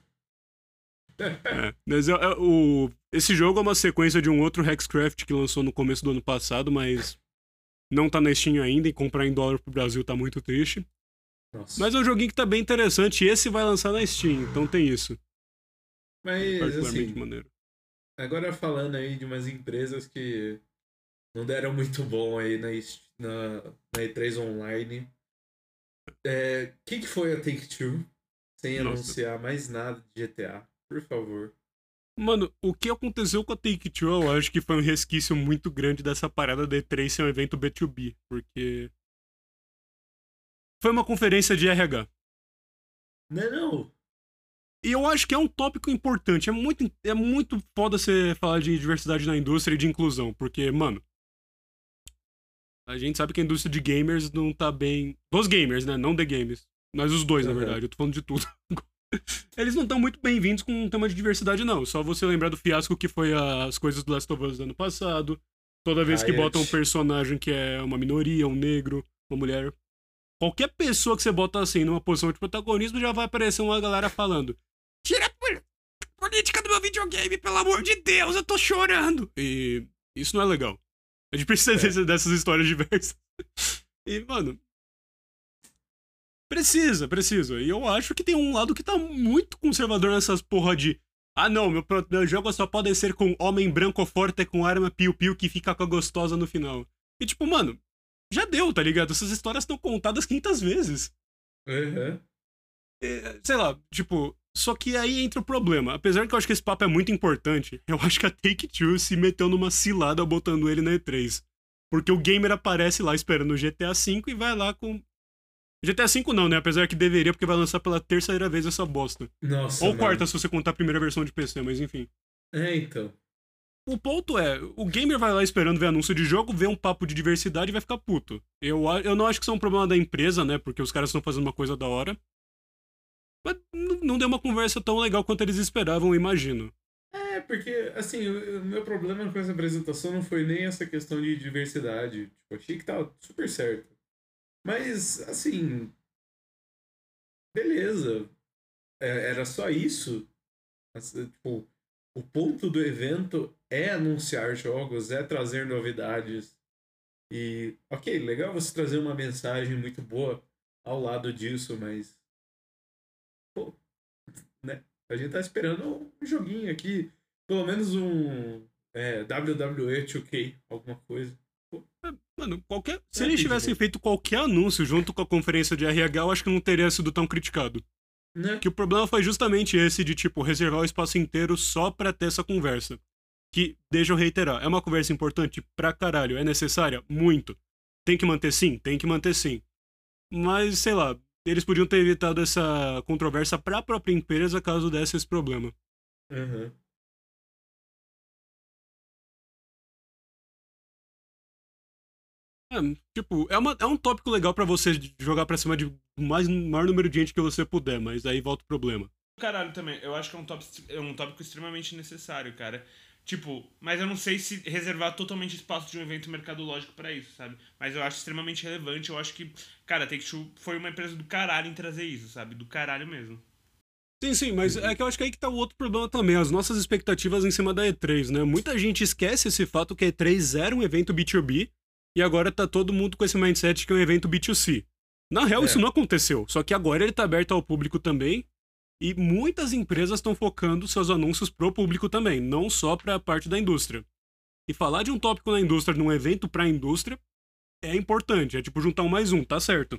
Mas esse jogo é uma sequência de um outro Hexcraft que lançou no começo do ano passado, mas não tá na Steam ainda, e comprar em dólar pro Brasil tá muito triste. Nossa. Mas é um joguinho que tá bem interessante, e esse vai lançar na Steam, então tem isso. Mas, particularmente assim, maneiro. Agora falando aí de umas empresas que não deram muito bom aí na E3 Online. Que foi a Take-Two? Sem anunciar mais nada de GTA, por favor. Mano, o que aconteceu com a Take-Two, eu acho que foi um resquício muito grande dessa parada da E3 ser um evento B2B, porque foi uma conferência de RH. Não. E eu acho que é um tópico importante, é muito foda você falar de diversidade na indústria e de inclusão, porque, mano, a gente sabe que a indústria de gamers não tá bem... Dos gamers, né? Não de games. Mas os dois, na verdade, eu tô falando de tudo. Eles não estão muito bem-vindos com um tema de diversidade, não. Só você lembrar do fiasco que foi as coisas do Last of Us do ano passado. Toda vez que botam um personagem que é uma minoria, um negro, uma mulher. Qualquer pessoa que você bota assim numa posição de protagonismo já vai aparecer uma galera falando: tira a política do meu videogame, pelo amor de Deus, eu tô chorando. E isso não é legal. A gente precisa dessas histórias diversas. E, mano, Precisa. E eu acho que tem um lado que tá muito conservador nessas porra de... Ah, não, meu jogo só pode ser com homem branco forte com arma piu-piu que fica com a gostosa no final. E tipo, mano, já deu, tá ligado? Essas histórias estão contadas 500 vezes. Uhum. Sei lá, tipo... Só que aí entra o problema. Apesar que eu acho que esse papo é muito importante, eu acho que a Take-Two se meteu numa cilada botando ele na E3. Porque o gamer aparece lá esperando o GTA V e vai lá com... GTA V não, né? Apesar que deveria, porque vai lançar pela terceira vez essa bosta. Nossa, Ou quarta, mano. se você contar a primeira versão de PC, mas enfim. Então. O ponto é, o gamer vai lá esperando ver anúncio de jogo, ver um papo de diversidade e vai ficar puto. Eu não acho que isso é um problema da empresa, né? Porque os caras estão fazendo uma coisa da hora. Mas não deu uma conversa tão legal quanto eles esperavam, eu imagino. Porque, assim, o meu problema com essa apresentação não foi nem essa questão de diversidade. Tipo, achei que tava super certo. Mas, assim, beleza. Era só isso. Tipo, o ponto do evento é anunciar jogos, é trazer novidades. E, ok, legal você trazer uma mensagem muito boa ao lado disso, mas, pô, né? A gente tá esperando um joguinho aqui, pelo menos um WWE 2K, alguma coisa. Pô, Mano, se eles tivessem feito qualquer anúncio junto com a conferência de RH, eu acho que não teria sido tão criticado. né? Que o problema foi justamente esse de, tipo, reservar o espaço inteiro só pra ter essa conversa. Que, deixa eu reiterar, é uma conversa importante pra caralho, é necessária? Muito. Tem que manter sim? Tem que manter sim. Mas, sei lá, eles podiam ter evitado essa controvérsia pra própria empresa caso desse esse problema. Uhum. É, tipo, é um tópico legal pra você jogar pra cima de maior número de gente que você puder, mas aí volta o problema. Caralho, também. Eu acho que é um tópico extremamente necessário, cara. Tipo, mas eu não sei se reservar totalmente espaço de um evento mercadológico pra isso, sabe? Mas eu acho extremamente relevante. Eu acho que, cara, a Take-Two foi uma empresa do caralho em trazer isso, sabe? Do caralho mesmo. Sim, mas é que eu acho que aí que tá o outro problema também, as nossas expectativas em cima da E3, né? Muita gente esquece esse fato que a E3 era um evento B2B e agora tá todo mundo com esse mindset que é um evento B2C. Na real, isso não aconteceu, só que agora ele tá aberto ao público também e muitas empresas estão focando seus anúncios pro público também, não só pra parte da indústria. E falar de um tópico na indústria num evento pra indústria é importante, é tipo juntar um mais um, tá certo.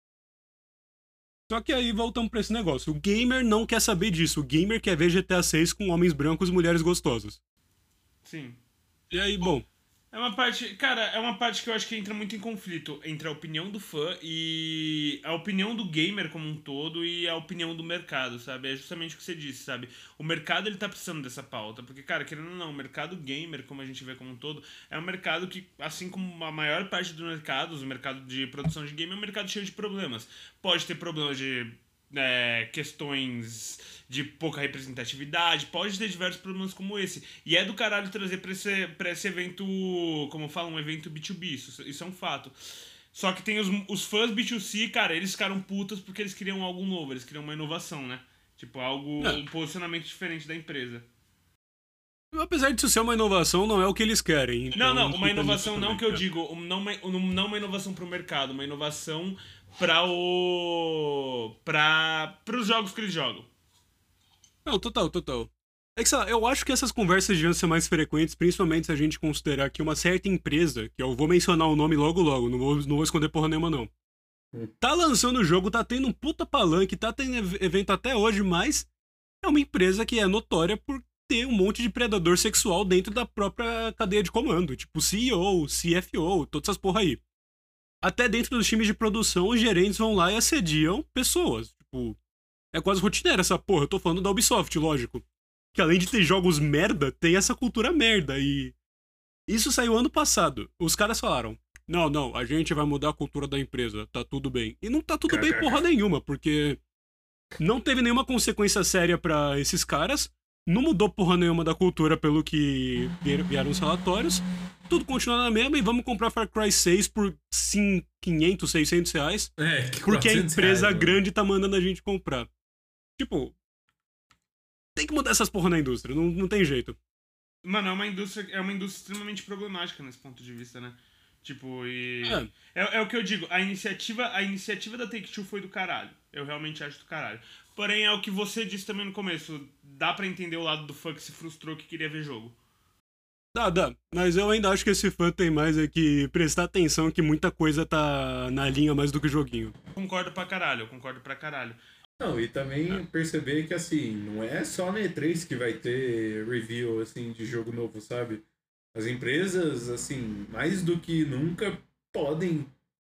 Só que aí voltamos pra esse negócio. O gamer não quer saber disso. O gamer quer ver GTA 6 com homens brancos e mulheres gostosas. Sim. E aí, bom. É uma parte, cara, é uma parte que eu acho que entra muito em conflito entre a opinião do fã e a opinião do gamer como um todo e a opinião do mercado, sabe? É justamente o que você disse, sabe? O mercado, ele tá precisando dessa pauta, porque, cara, querendo ou não, o mercado gamer, como a gente vê como um todo, é um mercado que, assim como a maior parte dos mercados, o mercado de produção de game é um mercado cheio de problemas. Pode ter problemas de questões de pouca representatividade, pode ter diversos problemas como esse. E é do caralho trazer pra esse evento, como falam, um evento B2B, isso é um fato. Só que tem os fãs B2C, cara, eles ficaram putos porque eles queriam algo novo, eles queriam uma inovação, né? Tipo, um posicionamento diferente da empresa. Apesar disso ser uma inovação, não é o que eles querem. Então Não, uma inovação não que eu digo, não uma inovação pro mercado, uma inovação para os jogos que eles jogam. Não, total. É que, sei lá, eu acho que essas conversas deviam ser mais frequentes, principalmente se a gente considerar que uma certa empresa, que eu vou mencionar o nome logo, não vou esconder porra nenhuma não, tá lançando o jogo, tá tendo um puta palanque, tá tendo evento até hoje, mas é uma empresa que é notória por ter um monte de predador sexual dentro da própria cadeia de comando. Tipo, CEO, CFO, todas essas porra aí. Até dentro dos times de produção, os gerentes vão lá e assediam pessoas. Tipo, é quase rotineira essa porra. Eu tô falando da Ubisoft, lógico. Que além de ter jogos merda, tem essa cultura merda. E isso saiu ano passado. Os caras falaram, não, a gente vai mudar a cultura da empresa, tá tudo bem. E não tá tudo bem porra nenhuma, porque não teve nenhuma consequência séria pra esses caras. Não mudou porra nenhuma da cultura pelo que vieram os relatórios. Tudo continua na mesma e vamos comprar Far Cry 6 por 500, 600 reais. Porque a empresa reais, grande tá mandando a gente comprar. Tipo, tem que mudar essas porra na indústria, não tem jeito. Mano, é uma indústria extremamente problemática nesse ponto de vista, né? Tipo, e... É o que eu digo, a iniciativa da Take-Two foi do caralho. Eu realmente acho do caralho. Porém, é o que você disse também no começo. Dá pra entender o lado do fã que se frustrou que queria ver jogo. Dá. Mas eu ainda acho que esse fã tem mais é que prestar atenção que muita coisa tá na linha mais do que joguinho. Eu concordo pra caralho. Não, e também perceber que, assim, não é só na E3 que vai ter review, assim, de jogo novo, sabe? As empresas, assim, mais do que nunca podem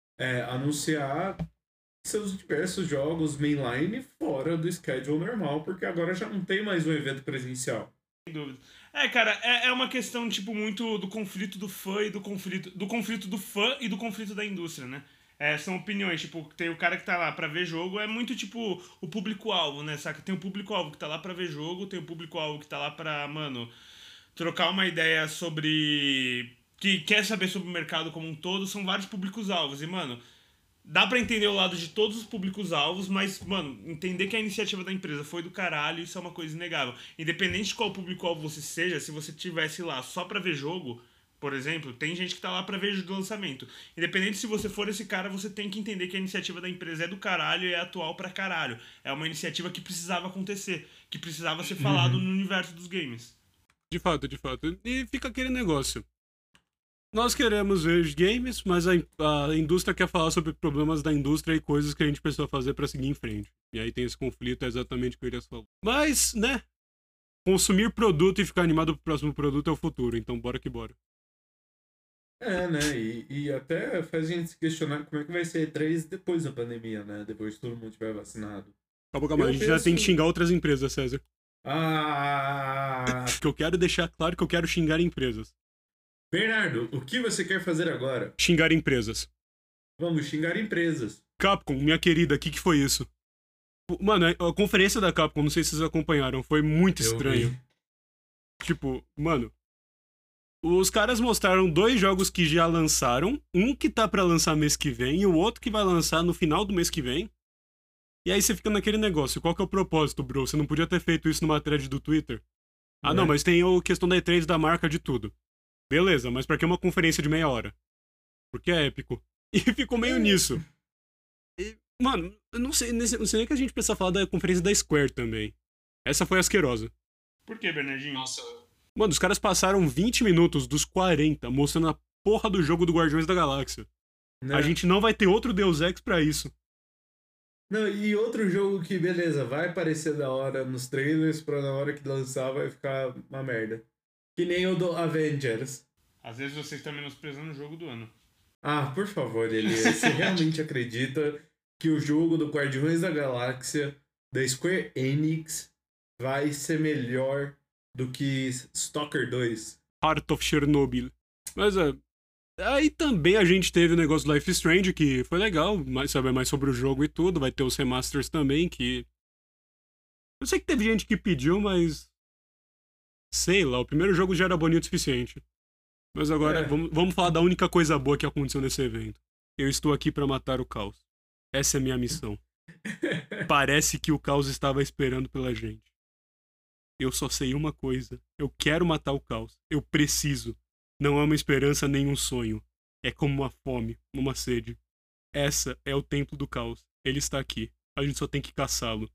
anunciar seus diversos jogos mainline fora do schedule normal, porque agora já não tem mais um evento presencial. Sem dúvida. Cara, é uma questão, tipo, muito do conflito do fã e do conflito do fã e do conflito da indústria, né? São opiniões, tipo, tem o cara que tá lá pra ver jogo, é muito, tipo, o público-alvo, né, saca? Tem o público-alvo que tá lá pra ver jogo, tem o público-alvo que tá lá pra, mano, trocar uma ideia sobre... que quer saber sobre o mercado como um todo, são vários públicos-alvos, e, mano... Dá pra entender o lado de todos os públicos-alvos, mas, mano, entender que a iniciativa da empresa foi do caralho, isso é uma coisa inegável. Independente de qual público-alvo você seja, se você tivesse lá só pra ver jogo, por exemplo, tem gente que tá lá pra ver o lançamento. Independente se você for esse cara, você tem que entender que a iniciativa da empresa é do caralho e é atual pra caralho. É uma iniciativa que precisava acontecer, que precisava ser falado no universo dos games. De fato. E fica aquele negócio. Nós queremos ver games, mas a indústria quer falar sobre problemas da indústria e coisas que a gente precisa fazer pra seguir em frente. E aí tem esse conflito, é exatamente o que o Elias falou. Mas, né, consumir produto e ficar animado pro próximo produto é o futuro, então bora que bora. Né, e até faz a gente se questionar como é que vai ser E3 depois da pandemia, né, depois que todo mundo tiver vacinado. Calma, a gente já tem que xingar outras empresas, César. Que eu quero deixar claro que eu quero xingar empresas. Bernardo, o que você quer fazer agora? Xingar empresas. Vamos xingar empresas. Capcom, minha querida, o que foi isso? Mano, a conferência da Capcom, não sei se vocês acompanharam, foi muito estranho. Tipo, mano, os caras mostraram 2 jogos que já lançaram, um que tá pra lançar mês que vem e o outro que vai lançar no final do mês que vem. E aí você fica naquele negócio, qual que é o propósito, bro? Você não podia ter feito isso numa thread do Twitter? Não, mas tem a questão da E3 da marca de tudo. Beleza, mas pra que uma conferência de meia hora? Porque é épico. E ficou meio nisso. E, mano, eu não sei nem que a gente precisa falar da conferência da Square também. Essa foi asquerosa. Por que, Bernardinho? Nossa. Mano, os caras passaram 20 minutos dos 40 mostrando a porra do jogo do Guardiões da Galáxia. Não. A gente não vai ter outro Deus Ex pra isso. Não, e outro jogo que, beleza, vai aparecer da hora nos trailers, pra na hora que lançar vai ficar uma merda. Que nem o do Avengers. Às vezes você está menosprezando o jogo do ano. Por favor, Elias, você realmente acredita que o jogo do Guardiões da Galáxia da Square Enix vai ser melhor do que Stalker 2? Heart of Chernobyl. Mas aí também a gente teve o negócio do Life is Strange, que foi legal, saber mais sobre o jogo e tudo. Vai ter os remasters também, que... Eu sei que teve gente que pediu, mas... Sei lá, o primeiro jogo já era bonito o suficiente. Mas agora, vamos falar da única coisa boa que aconteceu nesse evento. Eu estou aqui pra matar o caos. Essa é a minha missão. Parece que o caos estava esperando pela gente. Eu só sei uma coisa. Eu quero matar o caos. Eu preciso. Não é uma esperança nem um sonho. É como uma fome, uma sede. Essa é o templo do caos. Ele está aqui. A gente só tem que caçá-lo.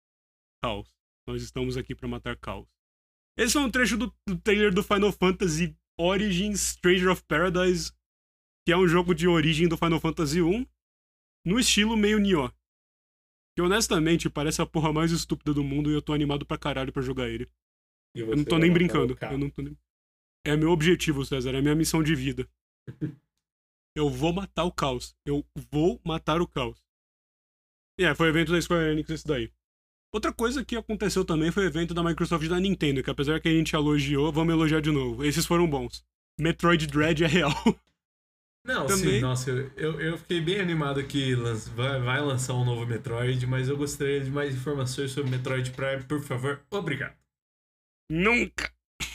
Caos. Nós estamos aqui pra matar caos. Esse é um trecho do trailer do Final Fantasy Origins Stranger of Paradise, que é um jogo de origem do Final Fantasy 1, no estilo meio Nioh. Que honestamente parece a porra mais estúpida do mundo e eu tô animado pra caralho pra jogar ele. E Eu não você tô vai nem matar o brincando. Chaos. Eu não tô nem... É meu objetivo, César. É minha missão de vida. Eu vou matar o caos. Eu vou matar o caos. Foi o evento da Square Enix esse daí. Outra coisa que aconteceu também foi o evento da Microsoft e da Nintendo, que apesar que a gente elogiou, vamos elogiar de novo. Esses foram bons. Metroid Dread é real. Não, Também. sim, nossa, eu fiquei bem animado que vai lançar um novo Metroid, mas eu gostaria de mais informações sobre Metroid Prime, por favor. Obrigado. Nunca!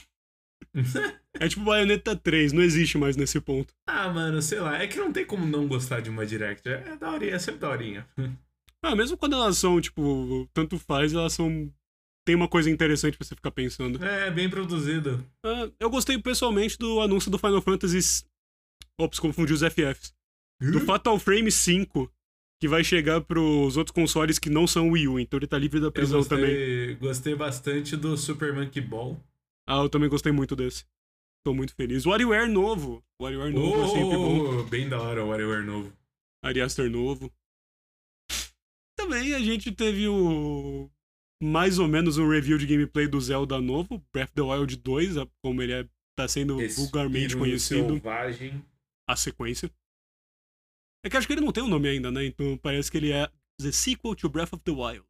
É tipo Bayonetta 3, não existe mais nesse ponto. Ah, mano, sei lá, é que não tem como não gostar de uma Direct. É daorinha, é sempre daorinha. Mesmo quando elas são, tipo, tanto faz, elas são... Tem uma coisa interessante pra você ficar pensando. É, bem produzido. Eu gostei pessoalmente do anúncio do Final Fantasy... Ops, confundi os FFs. Do Fatal Frame 5, que vai chegar pros outros consoles que não são Wii U, então ele tá livre da prisão também. Gostei bastante do Super Monkey Ball. Eu também gostei muito desse. Tô muito feliz. WarioWare novo. WarioWare novo é sempre bom. Bem da hora o WarioWare novo. Ari Aster novo. Também a gente teve mais ou menos um review de gameplay do Zelda novo, Breath of the Wild 2, como ele tá sendo vulgarmente conhecido. Selvagem. A sequência. É que acho que ele não tem um nome ainda, né? Então parece que ele é The Sequel to Breath of the Wild.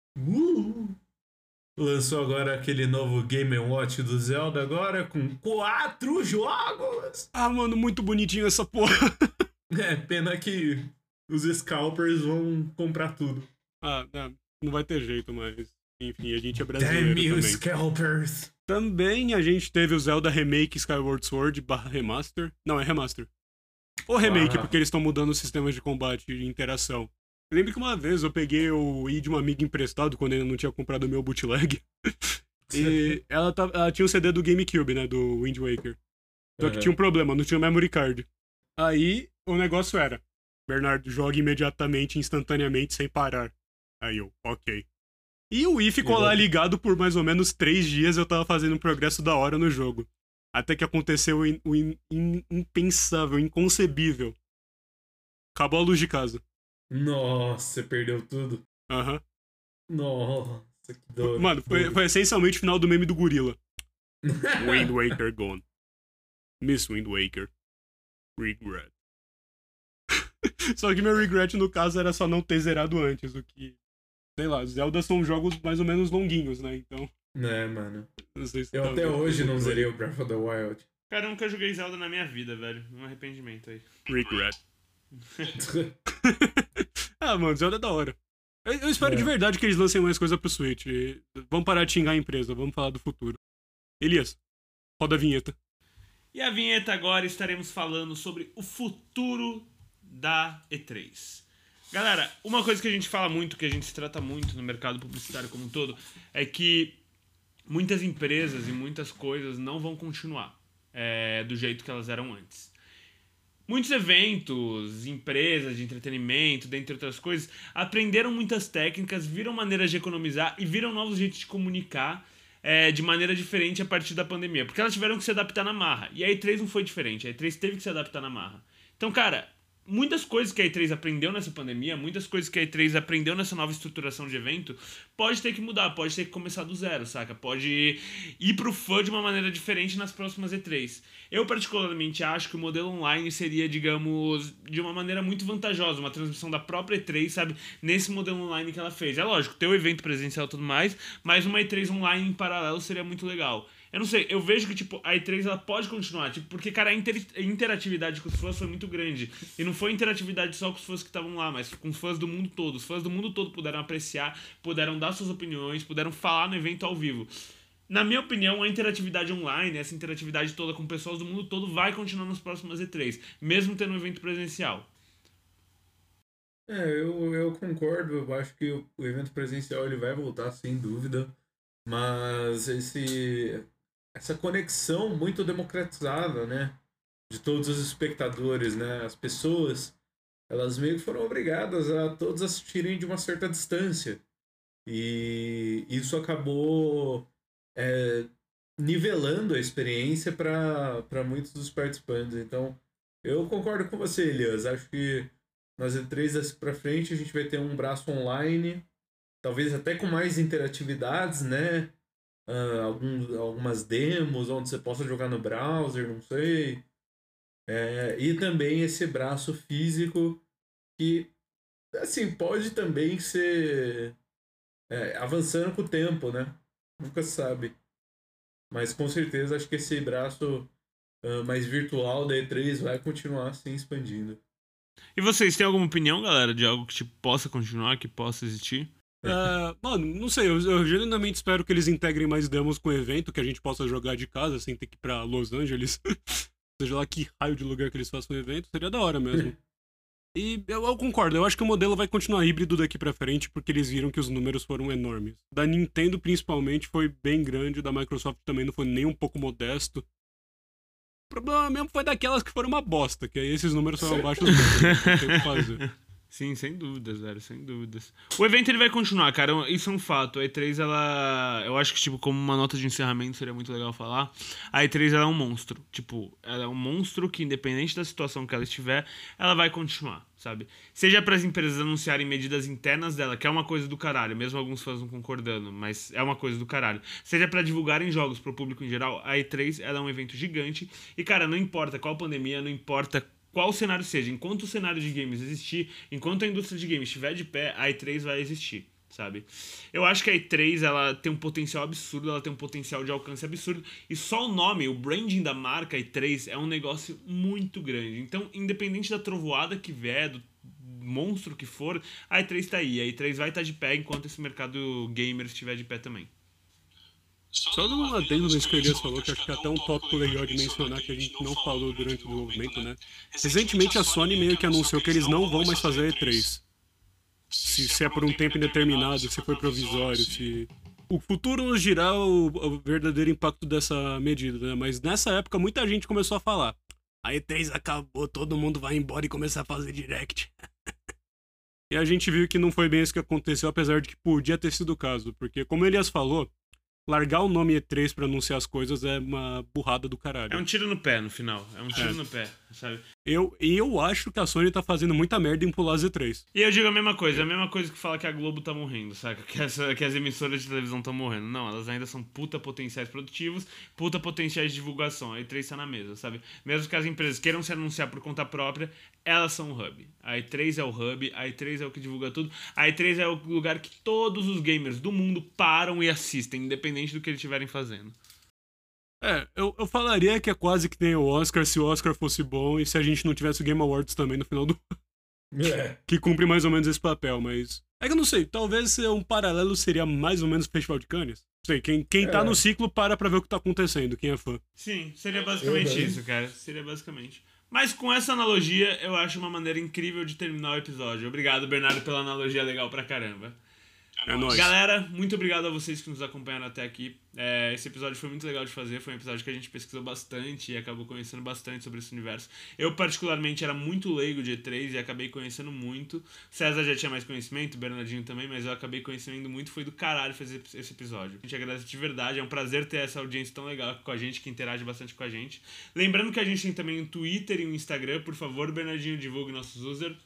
Lançou agora aquele novo Game & Watch do Zelda agora, com 4 jogos! Mano, muito bonitinho essa porra. É, pena que os scalpers vão comprar tudo. Não vai ter jeito, mas... Enfim, a gente é brasileiro Damn you, também. scalpers! Também a gente teve o Zelda Remake Skyward Sword /Remaster. Não, é Remaster. Ou Remake, porque eles estão mudando os sistemas de combate e interação. Eu lembro que uma vez eu peguei o Wii de uma amiga emprestado, quando ainda não tinha comprado o meu bootleg. E ela tinha o CD do GameCube, né, do Wind Waker. Só que tinha um problema, não tinha memory card. Aí, o negócio era... Bernardo, joga imediatamente, instantaneamente, sem parar. Aí eu, ok. E o Wii ficou lá ligado por mais ou menos 3 dias, eu tava fazendo um progresso da hora no jogo. Até que aconteceu o impensável, inconcebível. Acabou a luz de casa. Nossa, você perdeu tudo. Aham. Nossa, que dor. Mano, foi essencialmente o final do meme do gorila. Wind Waker gone. Miss Wind Waker. Regret. Só que meu regret, no caso, era só não ter zerado antes, o que... Sei lá, Zelda são jogos mais ou menos longuinhos, né? Então... Mano. Não sei se Eu tá até vendo. hoje não zerei o Breath of the Wild. Cara, eu nunca joguei Zelda na minha vida, velho. Um arrependimento aí. Regret. Mano, Zelda é da hora. Eu espero de verdade que eles lancem mais coisa pro Switch. Vamos parar de xingar a empresa, vamos falar do futuro. Elias, roda a vinheta. E a vinheta agora estaremos falando sobre o futuro da E3. Galera, uma coisa que a gente fala muito, que a gente se trata muito no mercado publicitário como um todo, é que muitas empresas e muitas coisas não vão continuar do jeito que elas eram antes. Muitos eventos, empresas de entretenimento, dentre outras coisas, aprenderam muitas técnicas, viram maneiras de economizar e viram novos jeitos de comunicar de maneira diferente a partir da pandemia. Porque elas tiveram que se adaptar na marra. E a E3 não foi diferente. A E3 teve que se adaptar na marra. Então, cara, muitas coisas que a E3 aprendeu nessa pandemia, muitas coisas que a E3 aprendeu nessa nova estruturação de evento, pode ter que mudar, pode ter que começar do zero, saca? Pode ir pro fã de uma maneira diferente nas próximas E3. Eu, particularmente, acho que o modelo online seria, digamos, de uma maneira muito vantajosa, uma transmissão da própria E3, sabe? Nesse modelo online que ela fez. É lógico, ter o evento presencial e tudo mais, mas uma E3 online em paralelo seria muito legal. Eu não sei, eu vejo que, tipo, a E3 ela pode continuar, tipo, porque, cara, a interatividade com os fãs foi muito grande. E não foi interatividade só com os fãs que estavam lá, mas com os fãs do mundo todo. Os fãs do mundo todo puderam apreciar, puderam dar suas opiniões, puderam falar no evento ao vivo. Na minha opinião, a interatividade online, essa interatividade toda com pessoas do mundo todo vai continuar nas próximas E3, mesmo tendo um evento presencial. Eu concordo, eu acho que o evento presencial ele vai voltar sem dúvida, mas essa conexão muito democratizada, né, de todos os espectadores, né, as pessoas, elas meio que foram obrigadas a todos assistirem de uma certa distância, e isso acabou nivelando a experiência para muitos dos participantes. Então, eu concordo com você, Elias, acho que nas E3 daqui pra frente a gente vai ter um braço online, talvez até com mais interatividades, né? algumas demos onde você possa jogar no browser, não sei. E também esse braço físico que, assim, pode também ser avançando com o tempo, né? Nunca se sabe. Mas com certeza acho que esse braço mais virtual da E3 vai continuar assim expandindo. E vocês têm alguma opinião, galera, de algo que tipo, possa continuar, que possa existir? Mano, não sei, eu genuinamente espero que eles integrem mais demos com o evento, que a gente possa jogar de casa sem ter que ir pra Los Angeles. Seja lá que raio de lugar que eles façam o evento, seria da hora mesmo. E eu concordo, eu acho que o modelo vai continuar híbrido daqui pra frente, porque eles viram que os números foram enormes. Da Nintendo, principalmente, foi bem grande, da Microsoft também não foi nem um pouco modesto. O problema mesmo foi daquelas que foram uma bosta, que aí esses números foram abaixo do não tem o que fazer. Sim, sem dúvidas, velho, sem dúvidas. O evento ele vai continuar, cara, isso é um fato. A E3, ela... Eu acho que, tipo, como uma nota de encerramento seria muito legal falar, a E3, ela é um monstro. Tipo, ela é um monstro que, independente da situação que ela estiver, ela vai continuar, sabe? Seja para as empresas anunciarem medidas internas dela, que é uma coisa do caralho, mesmo alguns fãs não concordando, mas é uma coisa do caralho. Seja para divulgarem jogos pro público em geral, a E3, ela é um evento gigante. E, cara, não importa qual pandemia, não importa qual cenário seja, enquanto o cenário de games existir, enquanto a indústria de games estiver de pé, a E3 vai existir, sabe? Eu acho que a E3, ela tem um potencial absurdo, ela tem um potencial de alcance absurdo, e só o nome, o branding da marca E3 é um negócio muito grande. Então, independente da trovoada que vier, do monstro que for, a E3 tá aí, a E3 vai estar de pé enquanto esse mercado gamer estiver de pé também. Só num adendo nisso que o Elias falou, que acho que é até um tópico legal de mencionar que a gente não falou durante o desenvolvimento, né? Recentemente a Sony meio que anunciou que eles não vão mais fazer a E3. Se é por um tempo indeterminado, se foi provisório, se... O futuro nos dirá o verdadeiro impacto dessa medida, né? Mas nessa época muita gente começou a falar: a E3 acabou, todo mundo vai embora e começar a fazer direct. E a gente viu que não foi bem isso que aconteceu, apesar de que podia ter sido o caso. Porque, como o Elias falou, largar o nome E3 pra anunciar as coisas é uma burrada do caralho. É um tiro no pé no final. É um tiro no pé, sabe? Eu acho que a Sony tá fazendo muita merda em pular Z3. E eu digo a mesma coisa que fala que a Globo tá morrendo, saca? Que as emissoras de televisão estão morrendo. Não, elas ainda são puta potenciais produtivos, puta potenciais de divulgação. A E3 tá na mesa, sabe? Mesmo que as empresas queiram se anunciar por conta própria, elas são o hub. A E3 é o hub, a E3 é o que divulga tudo. A E3 é o lugar que todos os gamers do mundo param e assistem, independente do que eles estiverem fazendo. Eu falaria que é quase que nem o Oscar, se o Oscar fosse bom e se a gente não tivesse o Game Awards também no final do que cumpre mais ou menos esse papel, mas... É que eu não sei, talvez um paralelo seria mais ou menos o Festival de Cannes. Não sei, quem tá no ciclo para pra ver o que tá acontecendo, quem é fã. Sim, seria basicamente isso, cara. Seria basicamente. Mas com essa analogia, eu acho uma maneira incrível de terminar o episódio. Obrigado, Bernardo, pela analogia legal pra caramba. É nóis. Galera, muito obrigado a vocês que nos acompanharam até aqui. Esse episódio foi muito legal de fazer. Foi um episódio que a gente pesquisou bastante e acabou conhecendo bastante sobre esse universo. Eu, particularmente, era muito leigo de E3 e acabei conhecendo muito. César já tinha mais conhecimento, Bernardinho também, mas eu acabei conhecendo muito. Foi do caralho fazer esse episódio. A gente agradece de verdade. É um prazer ter essa audiência tão legal com a gente, que interage bastante com a gente. Lembrando que a gente tem também um Twitter e um Instagram. Por favor, Bernardinho, divulgue nossos users.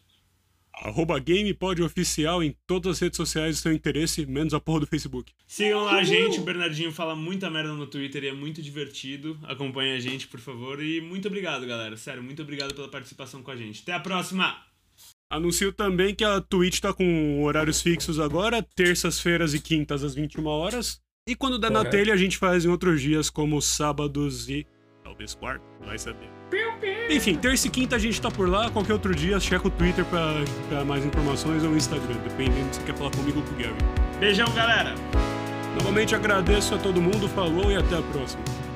@GamePodOficial em todas as redes sociais do seu interesse, menos a porra do Facebook. Sigam lá a gente, o Bernardinho fala muita merda no Twitter e é muito divertido. Acompanhe a gente, por favor. E muito obrigado, galera. Sério, muito obrigado pela participação com a gente. Até a próxima! Anuncio também que a Twitch tá com horários fixos agora, terças-feiras e quintas às 21 horas. E quando der na telha, a gente faz em outros dias, como sábados e talvez quarto, vai saber. Enfim, terça e quinta a gente tá por lá. Qualquer outro dia, checa o Twitter pra mais informações ou o Instagram, dependendo se você quer falar comigo ou com o Gary. Beijão, galera! Novamente agradeço a todo mundo, falou e até a próxima.